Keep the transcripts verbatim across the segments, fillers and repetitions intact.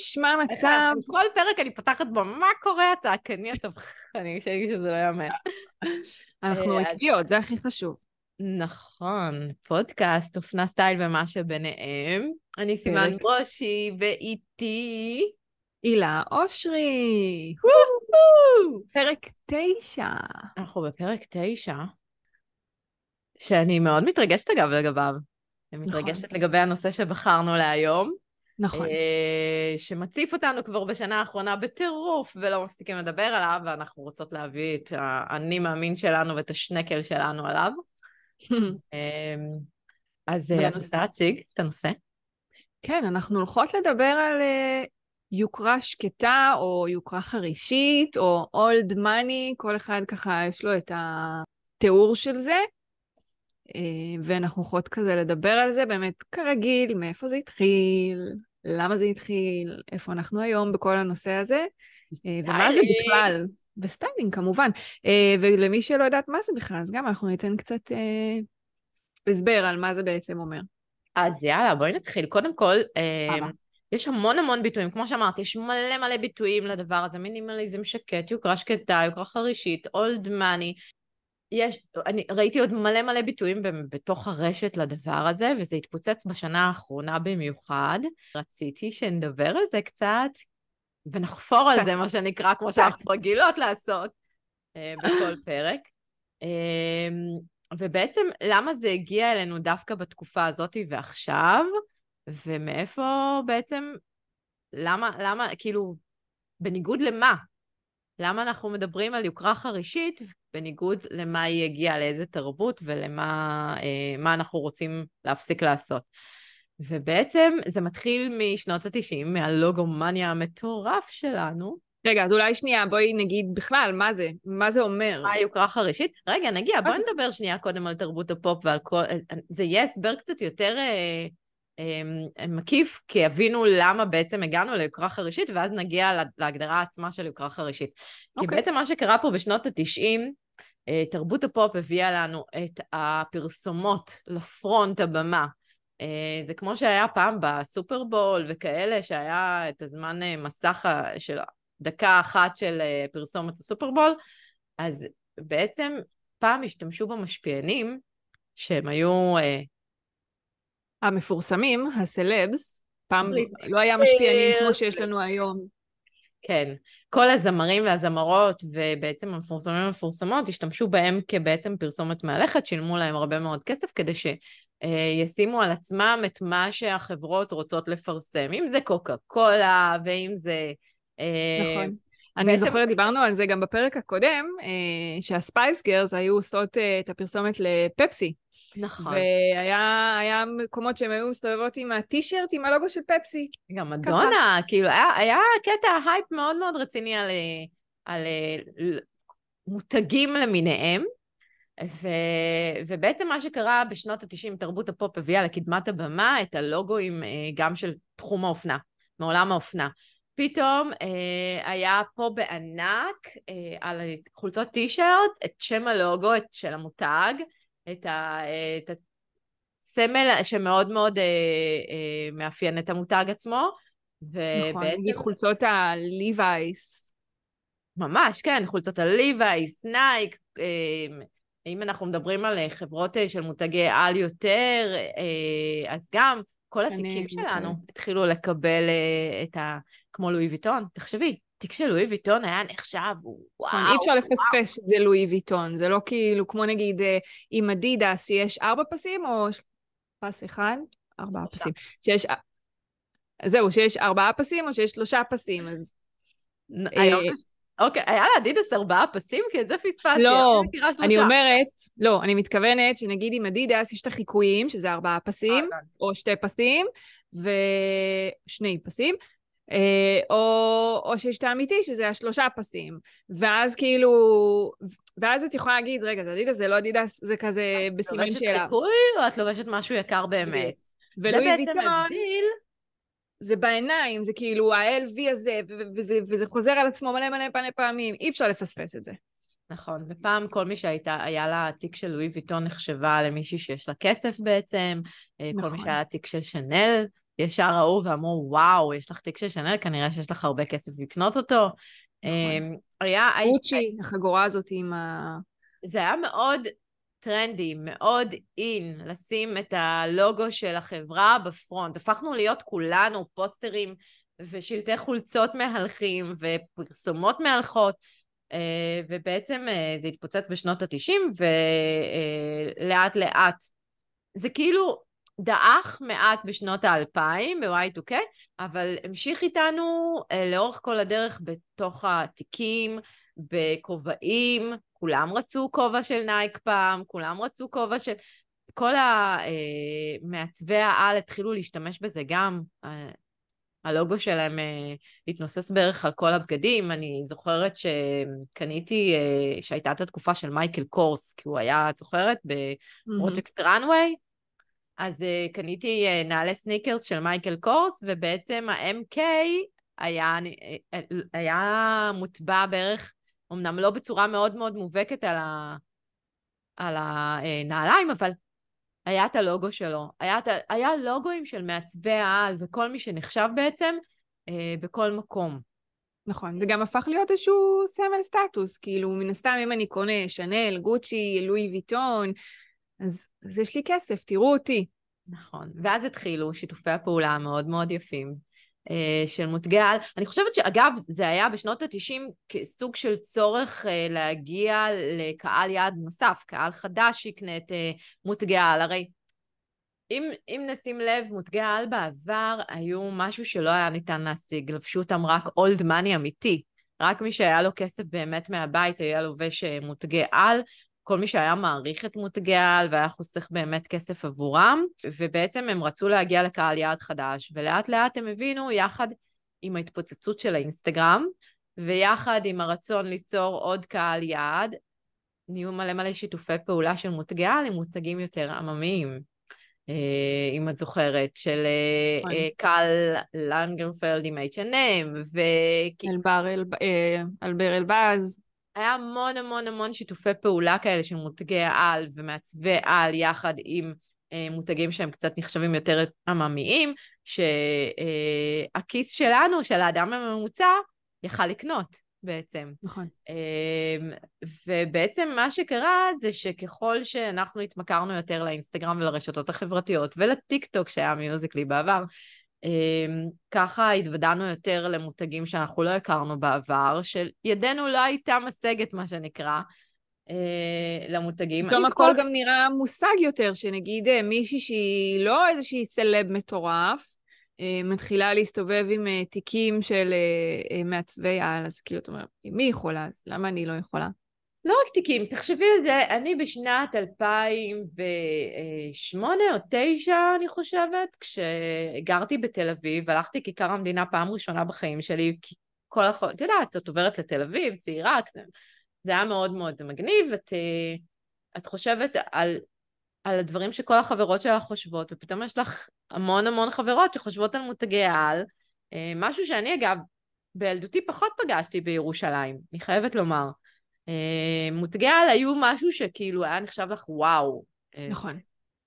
מה המצב? כל פרק אני פותחת בו, מה קורה? הצעקני הצווחני, שאני שזה לא יאמן. אנחנו אז עקביות, זה הכי חשוב. נכון, פודקאסט, אופנה סטייל ומה שביניהם. אני סימן פרק. ברושי, ואיתי... הילה אושרי. וואו! פרק תשע. אנחנו בפרק תשע, שאני מאוד מתרגשת אגב לגביו. אני נכון, מתרגשת לגבי הנושא שבחרנו להיום. נכון. אה, שמציף אותנו כבר בשנה האחרונה בטירוף ולא מפסיקים לדבר עליו, ואנחנו רוצות להביא את האני מאמין שלנו ואת השנקל שלנו עליו. אה, אז אה, את והנושא. רוצה להציג את הנושא? כן, אנחנו הולכות לדבר על אה, יוקרה שקטה, או יוקרה חרישית, או old money, כל אחד ככה יש לו את התיאור של זה, אה, ואנחנו הולכות כזה לדבר על זה, באמת כרגיל, מאיפה זה התחיל, למה זה התחיל, איפה אנחנו היום בכל הנושא הזה, אה, ומה זה סטיילינג. בכלל, וסטיילינג כמובן, אה, ולמי שלא יודעת מה זה בכלל, אז גם אנחנו ניתן קצת אה, הסבר על מה זה בעצם אומר. אז יאללה, בואי נתחיל. קודם כל, אה, הלאה. יש המון המון ביטויים, כמו שאמרתי, יש מלא מלא ביטויים לדבר הזה, מינימליזם שקט, יוקרה שקטה, יוקרה חרישית, old money. יש, אני ראיתי עוד מלא מלא ביטויים ב- בתוך הרשת לדבר הזה, וזה התפוצץ בשנה האחרונה במיוחד. רציתי שנדבר על זה קצת, ונחפור על קצת, זה, מה שנקרא, כמו קצת. שאנחנו רגילות לעשות אה, בכל פרק. אה, ובעצם, למה זה הגיע אלינו דווקא בתקופה הזאת ועכשיו, ומאיפה בעצם, למה, למה, כאילו, בניגוד למה? למה אנחנו מדברים על יוקרה חרישית, בניגוד למה היא הגיעה, לאיזה תרבות ולמה אה, מה אנחנו רוצים להפסיק לעשות. ובעצם זה מתחיל משנות ה-תשעים, מהלוגומניה המטורף שלנו. רגע, אז אולי שנייה, בואי נגיד בכלל, מה זה? מה זה אומר? מה יוקרה חרישית? רגע, נגיע, מה בואי זה? נדבר שנייה קודם על תרבות הפופ ועל כל... זה יהיה הסבר קצת יותר אה, אה, מקיף, כי הבינו למה בעצם הגענו ליוקרה חרישית, ואז נגיע לה- להגדרה עצמה של יוקרה חרישית. כי אוקיי. בעצם מה שקרה פה בשנות ה-תשעים, אה, תרבות הפופ הביאה לנו את הפרסומות לפרונט הבמה. אה, זה כמו שהיה פעם בסופרבול וכאלה, שהיה את הזמן אה, מסך ה- של דקה אחת של אה, פרסומת הסופרבול, אז בעצם פעם השתמשו במשפיענים, שהם היו... אה, המפורסמים, הסלבס, פעם בריטני לא היה משפיענים כמו ספירס, שיש לנו היום. כן, כל הזמרים והזמרות ובעצם המפורסמים והמפורסמות השתמשו בהם כבעצם פרסומת מהלכת, שילמו להם הרבה מאוד כסף כדי שישימו על עצמם את מה שהחברות רוצות לפרסם, אם זה קוקה קולה ואם זה... אה, נכון. אני בעצם, זוכרת, דיברנו על זה גם בפרק הקודם, אה, שהספייס גרס היו עושות אה, את הפרסומת לפפסי. נכון, והיה היה מקומות שהם היו מסתובבות עם הטישרט, עם הלוגו של פפסי. גם ככה. מדונה, כאילו היה, היה קטע הייפ מאוד מאוד רציני על, אה, על אה, מותגים למיניהם, ו... ובעצם מה שקרה בשנות ה-תשעים, תרבות הפופ הביאה לקדמת הבמה את הלוגוים אה, גם של תחום האופנה, מעולם האופנה. פתאום אה, היה פה בענק אה, על חולצות טישרט את שם הלוגו את, של המותג, את, ה, אה, את הסמל שמאוד מאוד אה, אה, מאפיין את המותג עצמו, נכון, ובעצם נגיד חולצות הליווייס. ממש, כן, חולצות הליווייס, נייק, אה, אם אנחנו מדברים על אה, חברות אה, של מותגי על יותר, אה, אז גם כל התיקים שנל וכאלה. שלנו התחילו לקבל אה, את ה... כמו לואי ויטון. תחשבי, תיק של לואי ויטון היה נחשב, נכון, אי אפשר וואו, וואו. לפספס שזה לואי ויטון, זה לא כאילו כמו נגיד אה, עם אדידס שיש ארבע פסים או ש- פס אחד, ארבעה שלושה. פסים. שיש, זהו, שיש ארבעה פסים או שיש שלושה פסים, אז... נ- היום אה, יש... אוקיי, היה לאדידס ארבעה פסים? כי את זה פספסתי, אני לא, מכירה אני שלושה. אומרת, לא, אני מתכוונת שנגיד עם אדידס יש את החיקויים, שזה ארבעה אה, פסים, הבנתי. או שתי פסים, ושני פסים, אה, או, או שיש את האמיתי, שזה השלושה פסים. ואז כאילו, ואז את יכולה להגיד, רגע, זה אדידס, זה לא אדידס, זה כזה את בסימן לובשת שאלה. חיקוי או את לובשת משהו יקר בדיוק. באמת? זה ולואי בעצם ויטון, הבדיל. זה בעיניים, זה כאילו ה-אל וי הזה, ו- ו- וזה, וזה חוזר על עצמו מלא מלא מלא פעמים, אי אפשר לפספס את זה. נכון, ופעם כל מי שהייתה, היה לה תיק של לואי ויטון נחשבה למישהי שיש לה כסף בעצם, אה, כל מי נכון. שהיה תיק של שנל ישר ראו ואמרו, וואו, יש לך תיק של שנל, כנראה שיש לך הרבה כסף לקנות אותו. נכון. היה, גוצ'י, החגורה הזאת עם ה... זה היה מאוד טרנדי, מאוד אין, לשים את הלוגו של החברה בפרונט. הפכנו להיות כולנו פוסטרים ושלטי חולצות מהלכים ופרסומות מהלכות, ובעצם זה התפוצץ בשנות ה-תשעים, ולאט לאט. זה כאילו דעך מעט בשנות ה-אלפיים, ב-וואי טו קיי, אבל המשיך איתנו לאורך כל הדרך בתוך התיקים, בכובעים, כולם רצו כובע של נייק פעם, כולם רצו כובע של... כל המעצבי העל התחילו להשתמש בזה גם, הלוגו שלהם התנוסס בערך על כל הבגדים. אני זוכרת שקניתי, שהייתה את התקופה של מייקל קורס, כי הוא היה, את זוכרת, בפרויקט ראנוויי, אז קניתי נעלי סניקרס של מייקל קורס, ובעצם ה-אם קיי היה, היה מוטבע בערך, אמנם לא בצורה מאוד מאוד מובהקת על, ה, על הנעליים, אבל היה את הלוגו שלו. היה, היה לוגוים של מעצבי העל, וכל מי שנחשב בעצם אה, בכל מקום. נכון, וגם הפך להיות איזשהו סמל סטטוס, כאילו מן הסתם אם אני קונה שנל, גוצ'י, לואי ויטון, אז, אז יש לי כסף, תראו אותי. נכון, ואז התחילו שיתופי הפעולה המאוד מאוד יפים אה, של מותגי העל. אני חושבת שאגב, זה היה בשנות ה-תשעים כסוג של צורך אה, להגיע לקהל יעד נוסף, קהל חדש שיקנה את אה, מותגי העל. הרי אם, אם נשים לב, מותגי העל בעבר היו משהו שלא היה ניתן להשיג, לבשו אותם רק אולד מאני אמיתי, רק מי שהיה לו כסף באמת מהבית היה לובש מותגי על, כל מי שהיה מעריך את מותגי העל והיה חוסך באמת כסף עבורם, ובעצם הם רצו להגיע לקהל יעד חדש, ולאט לאט הם הבינו, יחד עם ההתפוצצות של האינסטגרם, ויחד עם הרצון ליצור עוד קהל יעד, נהיו מלא מלא שיתופי פעולה של מותגי העל עם מותגים יותר עממיים. אם את זוכרת, של קל לנגרפלד עם אייץ' אנד אם, אלבר אלבאז. היה המון המון המון שיתופי פעולה כאלה של מותגי העל ומעצבי על, יחד עם מותגים שהם קצת נחשבים יותר עממיים, שהכיס שלנו, של האדם הממוצע, יכל לקנות. בעצם. נכון. ובעצם מה שקרה זה שככל שאנחנו התמכרנו יותר לאינסטגרם ולרשתות החברתיות ולטיק טוק שהיה מיוזיקלי בעבר, ככה התוודענו יותר למותגים שאנחנו לא הכרנו בעבר, שידנו לא הייתה משגת מה שנקרא למותגים. פתאום הכל גם נראה מושג יותר, שנגיד מישהי שהיא לא איזושהי סלב מטורף, מתחילה להסתובב עם תיקים של מעצבי על, אז כאילו, אתה אומר, מי יכולה? אז למה אני לא יכולה? לא רק תיקים, תחשבי על זה, אני בשנת אלפיים ושמונה או תשע, אני חושבת, כשגרתי בתל אביב, הלכתי כיכר המדינה פעם ראשונה בחיים שלי, כל החול, את יודעת, את עוברת לתל אביב, צעירה, זה היה מאוד מאוד מגניב, את, את חושבת על... על הדברים שכל החברות שלך חושבות, ופתאום יש לך המון המון חברות שחושבות על מותגי העל, משהו שאני אגב בילדותי פחות פגשתי בירושלים, אני חייבת לומר. מותגי העל היו משהו שכאילו היה נחשב לך וואו. נכון.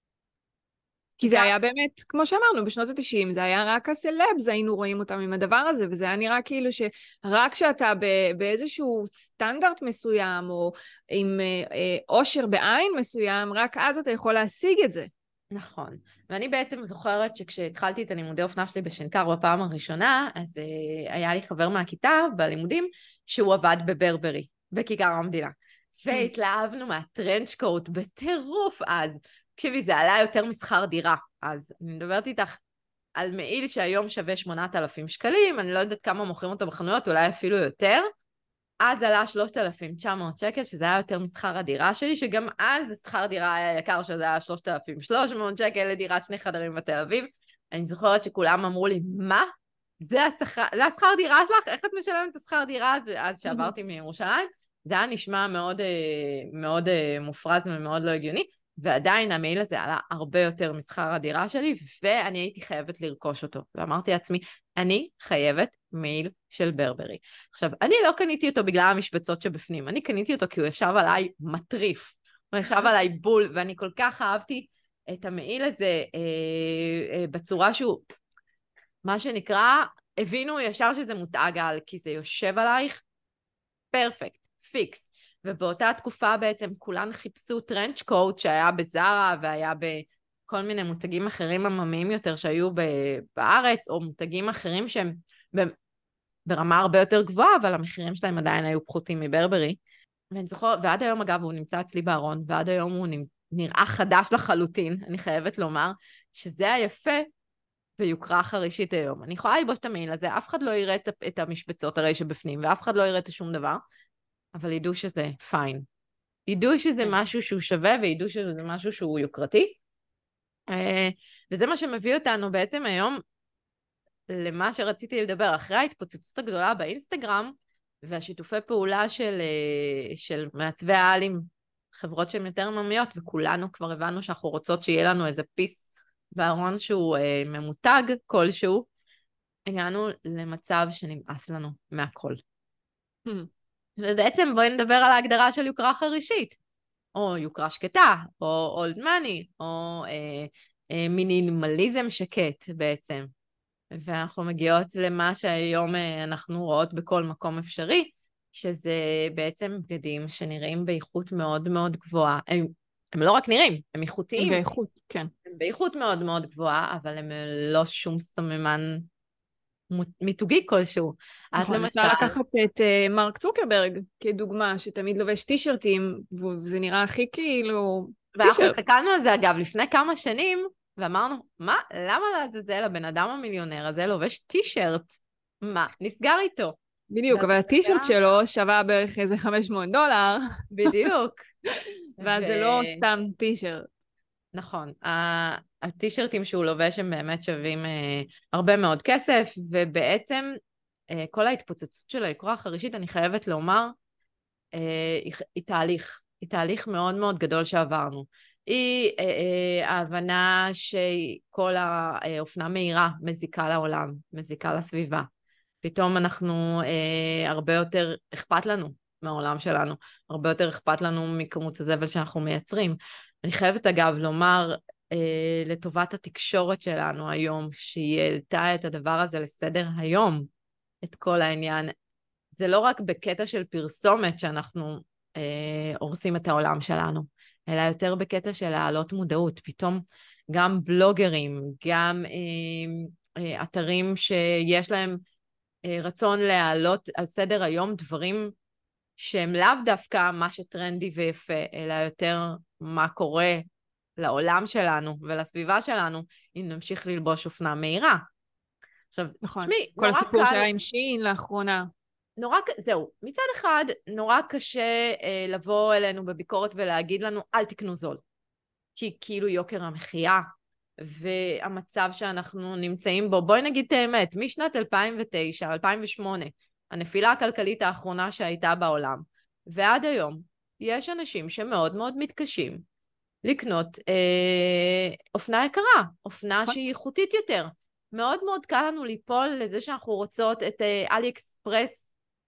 כי זה היה באמת, כמו שאמרנו, בשנות ה-תשעים, זה היה רק הסלבס, היינו רואים אותם עם הדבר הזה, וזה היה נראה כאילו שרק שאתה באיזשהו סטנדרט מסוים, או עם עושר בעין מסוים, רק אז אתה יכול להשיג את זה. נכון. ואני בעצם זוכרת שכשהתחלתי את הלימודי אופנה שלי בשנקר בפעם הראשונה, אז היה לי חבר מהכיתה בלימודים, שהוא עבד בברברי, בכיכר המדינה. והתלהבנו מהטרנץ' קוט בטירוף אז. תקשיבי, זה עלה יותר משכר דירה, אז אני מדברת איתך על מעיל שהיום שווה שמונת אלפים שקלים, אני לא יודעת כמה מוכרים אותו בחנויות, אולי אפילו יותר, אז עלה שלושת אלפים תשע מאות שקל, שזה היה יותר משכר הדירה שלי, שגם אז שכר דירה היה יקר, שזה היה שלושת אלפים ושלוש מאות שקל לדירת שני חדרים בתל אביב. אני זוכרת שכולם אמרו לי, מה? זה השכר, זה השכר דירה שלך? איך את משלמת את השכר דירה? אז, אז שעברתי מירושלים, זה היה נשמע מאוד, מאוד מופרז ומאוד לא הגיוני, ועדיין המעיל הזה עלה הרבה יותר משכר הדירה שלי, ואני הייתי חייבת לרכוש אותו. ואמרתי לעצמי, אני חייבת מעיל של ברברי. עכשיו, אני לא קניתי אותו בגלל המשבצות שבפנים, אני קניתי אותו כי הוא ישב עליי מטריף, הוא ישב עליי בול, ואני כל כך אהבתי את המעיל הזה אה, אה, בצורה שהוא, מה שנקרא, הבינו ישר שזה מותג על, כי זה יושב עלייך, פרפקט, פיקס. ובאותה תקופה בעצם כולן חיפשו טרנץ' קוט שהיה בזארה והיה בכל מיני מותגים אחרים עממיים יותר שהיו בארץ, או מותגים אחרים שהם ברמה הרבה יותר גבוהה, אבל המחירים שלהם עדיין היו פחותים מברברי. ואני זוכר, ועד היום אגב הוא נמצא אצלי בארון, ועד היום הוא נראה חדש לחלוטין, אני חייבת לומר, שזה היפה ביוקרה חרישית היום. אני יכולה ללבוש את המעיל הזה, אף אחד לא יראה את המשבצות הרי שבפנים, ואף אחד לא יראה את שום דבר, אבל ידעו שזה פיין. ידעו שזה משהו שהוא שווה, וידעו שזה משהו שהוא יוקרתי. וזה מה שמביא אותנו בעצם היום למה שרציתי לדבר. אחרי ההתפוצצות הגדולה באינסטגרם, והשיתופי פעולה של, של מעצבי העלים, חברות שהן יותר עממיות, וכולנו כבר הבנו שאנחנו רוצות שיהיה לנו איזה פיס בארון שהוא אה, ממותג כלשהו, הגענו למצב שנמאס לנו מהכל. Hmm. ובעצם בואי נדבר על ההגדרה של יוקרה חרישית, או יוקרה שקטה, או אולד מאני, או אה, אה, מינימליזם שקט בעצם. ואנחנו מגיעות למה שהיום אה, אנחנו רואות בכל מקום אפשרי, שזה בעצם בגדים שנראים באיכות מאוד מאוד גבוהה. הם, הם לא רק נראים, הם איכותיים. הם באיכות, כן. הם באיכות מאוד מאוד גבוהה, אבל הם לא שום סממן מיתוגי כלשהו. נכון, למשל... אפשר לקחת את uh, מרק צוקרברג כדוגמה, שתמיד לובש טישרטים, וזה נראה הכי כאילו... ואנחנו הסתכלנו על זה אגב לפני כמה שנים, ואמרנו, מה? למה לעזאזל הבן אדם המיליונר הזה לובש טישרט? מה? נסגר איתו. בדיוק, אבל הטישרט שלו שווה בערך איזה חמש מאות דולר. בדיוק. ואז זה לא סתם טישרט. נכון. הטישרטים שהוא לובש הם באמת שווים אה, הרבה מאוד כסף, ובעצם אה, כל ההתפוצצות של היוקרה החרישית, אני חייבת לומר, אה, היא, היא תהליך. היא תהליך מאוד מאוד גדול שעברנו. היא אה, אה, ההבנה שכל האופנה מהירה מזיקה לעולם, מזיקה לסביבה. פתאום אנחנו אה, הרבה יותר אכפת לנו מהעולם שלנו, הרבה יותר אכפת לנו מכמות הזבל שאנחנו מייצרים. אני חייבת אגב לומר אה, לטובת התקשורת שלנו היום, שהיא העלתה את הדבר הזה לסדר היום, את כל העניין. זה לא רק בקטע של פרסומת שאנחנו אה, הורסים את העולם שלנו, אלא יותר בקטע של להעלות מודעות. פתאום גם בלוגרים, גם אה, אה, אתרים שיש להם אה, רצון להעלות על סדר היום דברים שהם לאו דווקא מה שטרנדי ויפה, אלא יותר מה קורה לעולם שלנו ולסביבה שלנו, אם נמשיך ללבוש אופנה מהירה. עכשיו, נכון. תשמעי, כל נורא הסיפור קל... שהיה עם שין לאחרונה. נורא, זהו, מצד אחד, נורא קשה אה, לבוא אלינו בביקורת ולהגיד לנו, אל תקנו זול. כי כאילו יוקר המחיה והמצב שאנחנו נמצאים בו, בואי נגיד את האמת, משנת אלפיים ותשע, אלפיים ושמונה, הנפילה הכלכלית האחרונה שהייתה בעולם, ועד היום, יש אנשים שמאוד מאוד מתקשים לקנות אה, אופנה יקרה, אופנה שהיא איכותית יותר. מאוד מאוד קל לנו ליפול לזה שאנחנו רוצות את אה, אלי אקספרס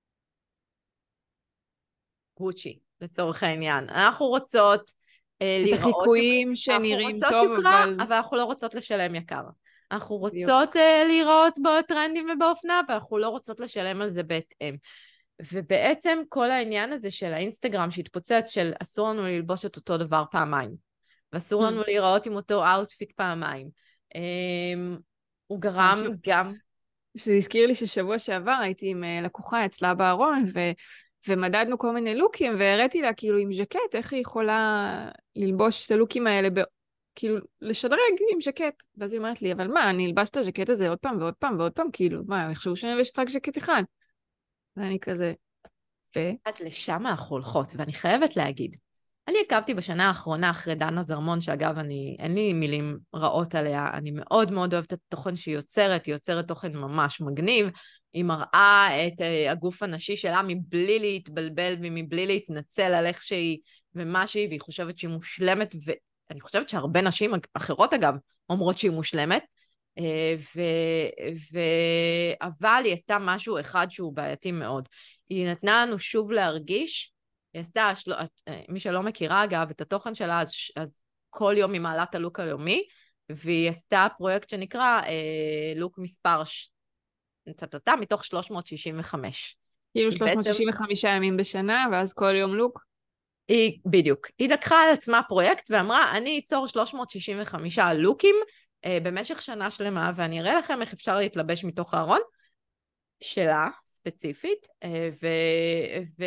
גוצ'י, לצורך העניין. אנחנו רוצות אה, את לראות... החיקויים שנראים טוב, אנחנו רוצות יוקרה, אבל... אבל אנחנו לא רוצות לשלם יקר. אנחנו רוצות אה, לראות בטרנדים ובאופנה, ואנחנו לא רוצות לשלם על זה בהתאם. ובעצם כל העניין הזה של האינסטגרם שהתפוצץ, של אסור לנו ללבוש את אותו דבר פעמיים, ואסור לנו להיראות עם אותו אאוטפיט פעמיים. אה, הוא גרם גם... זה הזכיר לי ששבוע שעבר הייתי עם לקוחה אצלה בארון, ו... ומדדנו כל מיני לוקים, והראיתי לה כאילו עם ז'קט, איך היא יכולה ללבוש את הלוקים האלה, ב... כאילו לשדרג עם ז'קט. ואז היא אומרת לי, אבל מה, אני אלבש את הז'קט הזה עוד פעם ועוד פעם ועוד פעם, כאילו, מה, יחשבו שאני אלבש רק ז'קט אחד. ואני כזה, ו... אז לשם אנחנו הולכות, ואני חייבת להגיד, אני עקבתי בשנה האחרונה אחרי דנה זרמון, שאגב, אני, אין לי מילים רעות עליה, אני מאוד מאוד אוהבת את התוכן שהיא יוצרת, היא יוצרת תוכן ממש מגניב, היא מראה את uh, הגוף הנשי שלה מבלי להתבלבל ומבלי להתנצל על איך שהיא ומה שהיא, והיא חושבת שהיא מושלמת, ואני חושבת שהרבה נשים אחרות אגב אומרות שהיא מושלמת, uh, ו... ו... אבל היא עשתה משהו אחד שהוא בעייתי מאוד. היא נתנה לנו שוב להרגיש, היא עשתה, מי שלא מכירה אגב את התוכן שלה, אז, אז כל יום היא מעלה את הלוק היומי, והיא עשתה פרויקט שנקרא לוק מספר ש... מתוך שלוש מאות שישים וחמש. כאילו היא בעצם... שלוש מאות שישים וחמישה ימים בשנה, ואז כל יום לוק? היא, בדיוק. היא לקחה על עצמה פרויקט ואמרה, אני אצור שלוש מאות שישים וחמישה לוקים אה, במשך שנה שלמה, ואני אראה לכם איך אפשר להתלבש מתוך הארון שלה, ספציפית, אה, ו... ו...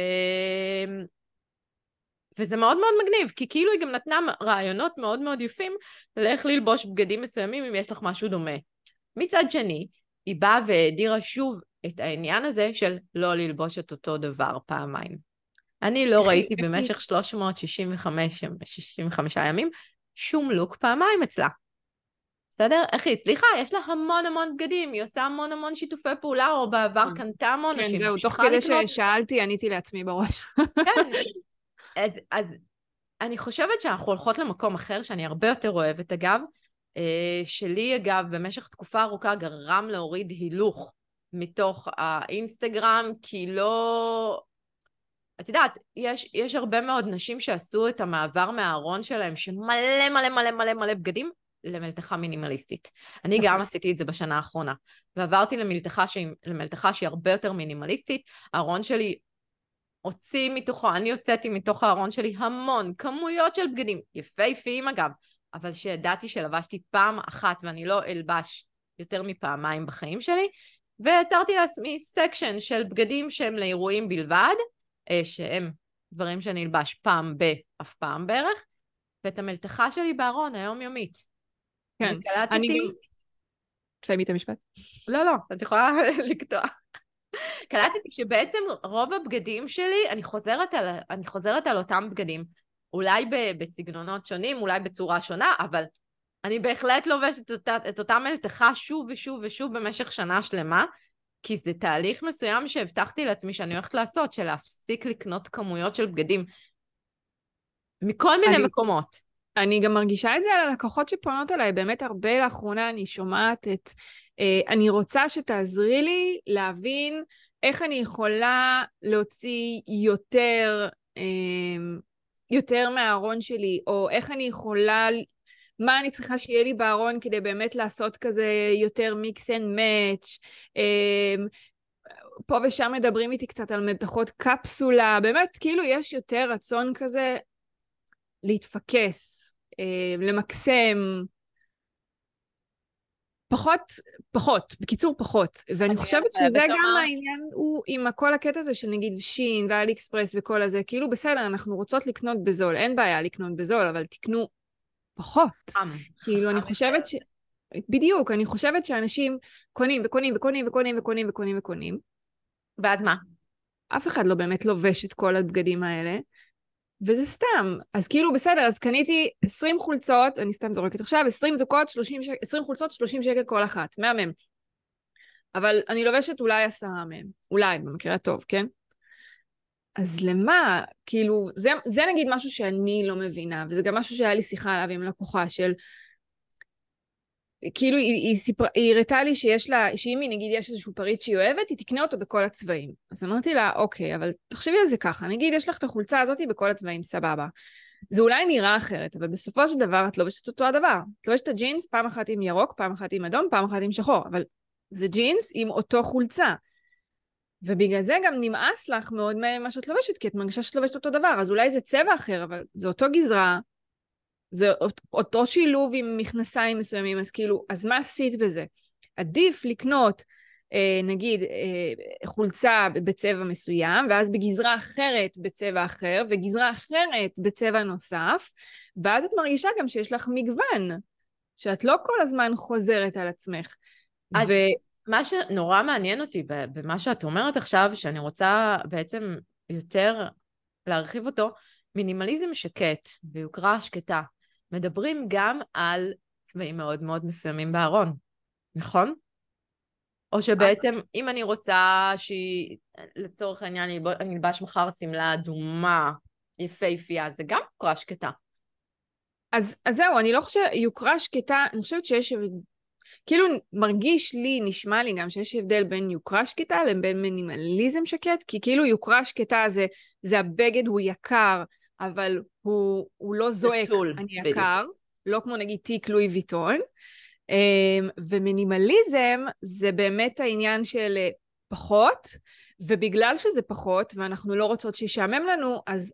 וזה מאוד מאוד מגניב, כי כאילו היא גם נתנה רעיונות מאוד מאוד יפים לאיך ללבוש בגדים מסוימים אם יש לך משהו דומה. מצד שני, היא באה והדירה שוב את העניין הזה של לא ללבוש את אותו דבר פעמיים. אני לא ראיתי במשך שלוש מאות שישים וחמישה ימים שום לוק פעמיים אצלה. בסדר? איך היא הצליחה? יש לה המון המון בגדים, היא עושה המון המון שיתופי פעולה, או בעבר קנתה המון, או כן, שהיא זהו, תוך ממשיכה לקנות. כדי ששאלתי, עניתי לעצמי בראש. כן, אז, אז אני חושבת שאנחנו הולכות למקום אחר, שאני הרבה יותר אוהבת, אגב, שלי, אגב, במשך תקופה ארוכה גרם להוריד הילוך מתוך האינסטגרם, כי לא... את יודעת, יש, יש הרבה מאוד נשים שעשו את המעבר מהארון שלהם, שמלא מלא מלא מלא מלא בגדים, למלתחה מינימליסטית. אני גם עשיתי את זה בשנה האחרונה, ועברתי למלתחה שהיא, למלתחה שהיא הרבה יותר מינימליסטית. הארון שלי הוציא מתוכו, אני יוצאתי מתוך הארון שלי המון כמויות של בגדים, יפהפיים אגב, אבל שידעתי שלבשתי פעם אחת, ואני לא אלבש יותר מפעמיים בחיים שלי, ויצרתי לעצמי סקשן של בגדים שהם לאירועים בלבד, שהם דברים שאני אלבש פעם באף פעם בערך, ואת המלתחה שלי בארון היומיומית. כן, וקלטתי... אני גם... תסיימי את המשפט. לא, לא, את יכולה לקטוע. קלטתי שבעצם רוב הבגדים שלי, אני חוזרת על, אני חוזרת על אותם בגדים, אולי בסגנונות שונים, אולי בצורה שונה, אבל אני בהחלט לובשת את אותה, את אותה מלתחה שוב ושוב ושוב במשך שנה שלמה, כי זה תהליך מסוים שהבטחתי לעצמי שאני הולכת לעשות, של להפסיק לקנות כמויות של בגדים מכל מיני אני, מקומות. אני גם מרגישה את זה על הלקוחות שפונות אליי, באמת הרבה לאחרונה אני שומעת את, אה, אני רוצה שתעזרי לי להבין איך אני יכולה להוציא יותר, אה, יותר מהארון שלי, או איך אני יכולה, מה אני צריכה שיהיה לי בארון כדי באמת לעשות כזה יותר מיקס אנד מאץ'. פה ושם מדברים איתי קצת על מתכות קפסולה, באמת כאילו יש יותר רצון כזה להתפקס, אה, למקסם, פחות, פחות, בקיצור פחות. ואני חושבת שזה גם בתומר... העניין, הוא עם כל הקטע הזה של נגיד שין ואלי אקספרס וכל הזה, כאילו בסדר, אנחנו רוצות לקנות בזול, אין בעיה לקנות בזול, אבל תקנו פחות. כאילו אני חושבת ש... בדיוק, אני חושבת שאנשים קונים וקונים וקונים וקונים וקונים וקונים וקונים. ואז מה? אף אחד לא באמת לובש את כל הבגדים האלה, וזה סתם. אז כאילו בסדר, אז קניתי עשרים חולצות, אני סתם זורקת עכשיו, עשרים זוקות, שלושים שקל, עשרים חולצות, שלושים שקל כל אחת, מהמם. אבל אני לובשת אולי עשרה מהם, אולי, במקרה הטוב, כן? אז למה? כאילו, זה, זה נגיד משהו שאני לא מבינה, וזה גם משהו שהיה לי שיחה עליו עם לקוחה של... כאילו היא, היא, סיפר, היא הראתה לי שיש לה, שאם היא נגיד יש איזשהו פריט שהיא אוהבת, היא תקנה אותו בכל הצבעים. אז אמרתי לה, אוקיי, אבל תחשבי על זה ככה, נגיד יש לך את החולצה הזאת בכל הצבעים, סבבה. זה אולי נראה אחרת, אבל בסופו של דבר את לובשת אותו הדבר. את לובשת את הג'ינס פעם אחת עם ירוק, פעם אחת עם אדום, פעם אחת עם שחור, אבל זה ג'ינס עם אותו חולצה. ובגלל זה גם נמאס לך מאוד ממה שאת לובשת, כי את מרגישה שאת לובשת אותו דבר, אז אולי זה צבע אחר, אבל זה אותו גזרה, זה אותו שילוב עם מכנסיים מסוימים, אז כאילו, אז מה עשית בזה? עדיף לקנות, אה, נגיד, אה, חולצה בצבע מסוים, ואז בגזרה אחרת בצבע אחר, וגזרה אחרת בצבע נוסף, ואז את מרגישה גם שיש לך מגוון, שאת לא כל הזמן חוזרת על עצמך. אז ו... מה שנורא מעניין אותי במה שאת אומרת עכשיו, שאני רוצה בעצם יותר להרחיב אותו, מינימליזם שקט ויוקרה שקטה, מדברים גם על צבעים מאוד מאוד מסוימים בארון, נכון? או שבעצם אם אני רוצה שהיא, לצורך העניין, אני אלבש מחר שמלה אדומה, יפהפייה, זה גם יוקרה שקטה. אז, אז זהו, אני לא חושבת, יוקרה שקטה, אני חושבת שיש, כאילו מרגיש לי, נשמע לי גם שיש הבדל בין יוקרה שקטה לבין מינימליזם שקט, כי כאילו יוקרה שקטה זה, זה הבגד הוא יקר, אבל הוא, הוא לא זועק, אני יקר, לא כמו נגיד תיק לואי ויטון. ומינימליזם זה באמת העניין של פחות, ובגלל שזה פחות, ואנחנו לא רוצות שישעמם לנו, אז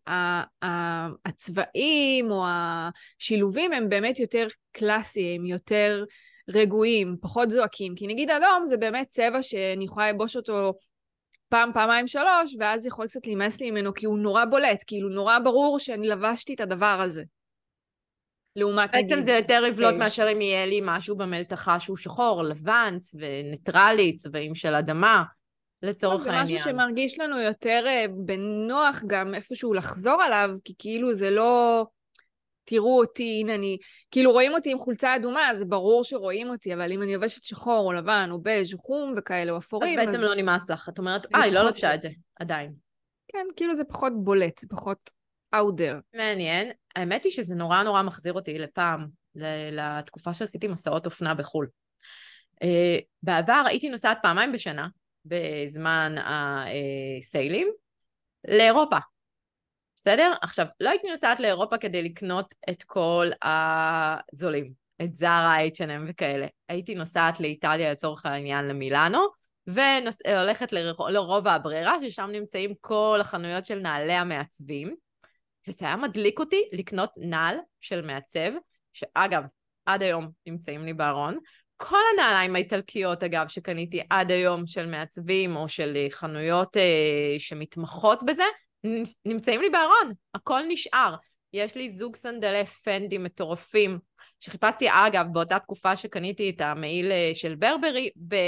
הצבעים או השילובים הם באמת יותר קלאסיים, יותר רגועים, פחות זועקים. כי נגיד אדום זה באמת צבע שאני יכולה לבוש אותו פעם, פעמיים, שלוש, ואז יכול קצת להימאס לי ממנו, כי הוא נורא בולט, כאילו נורא ברור שאני לבשתי את הדבר הזה. לעומת בעצם נגיד... זה יותר יבלוט בייג'. מאשר אם יהיה לי משהו במלתחה שהוא שחור, לבן, וניטרלי, צבעים של אדמה, לצורך זה משהו העניין. שמרגיש לנו יותר אה, בנוח גם איפשהו לחזור עליו, כי כאילו זה לא... תראו אותי, הנה אני... כאילו רואים אותי עם חולצה אדומה, אז ברור שרואים אותי, אבל אם אני לובשת שחור או לבן או בז' או חום וכאלה או אז אפורים, בעצם אז... לא נמאס לך. את אומרת, זה אה, היא לא פחות לבשה בולט. את זה, עדיין. כן, כאילו זה פחות בולט, זה פחות out there. מעניין. האמת היא שזה נורא נורא מחזיר אותי לפעם, ל- לתקופה שעשיתי מסעות אופנה בחו"ל. Uh, בעבר הייתי נוסעת פעמיים בשנה, בזמן הסיילים, לאירופה. בסדר? עכשיו, לא הייתי נוסעת לאירופה כדי לקנות את כל הזולים, את זרה, אייץ' אנד אם וכאלה. הייתי נוסעת לאיטליה לצורך העניין למילאנו, והולכת לרובע הבררה, ששם נמצאים כל החנויות של נעלי המעצבים, וזה היה מדליק אותי לקנות נעל של מעצב, שאגב, עד היום נמצאים לי בארון. כל הנעליים האיטלקיות, אגב, שקניתי עד היום של מעצבים, או של חנויות אה, שמתמחות בזה, נמצאים לי בארון, הכל נשאר. יש לי זוג סנדלי פנדי מטורפים, שחיפשתי אגב באותה תקופה שקניתי את המעיל של ברברי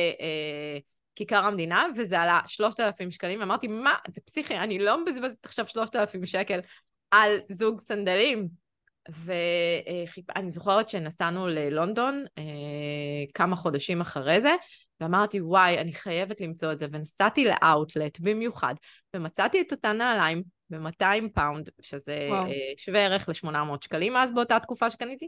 בכיכר המדינה, וזה עלה שלושת אלפים שקלים, ואמרתי, מה? זה פסיכי, אני לא מבזבזת עכשיו שלושת אלפים שקל על זוג סנדלים. ואני זוכרת שנסענו ללונדון כמה חודשים אחרי זה, ואמרתי, וואי, אני חייבת למצוא את זה, ונסעתי לאוטלט במיוחד, ומצאתי את אותן נעליים ב-מאתיים פאונד, שזה וואו. שווה ערך ל-שמונה מאות שקלים אז באותה תקופה שקניתי.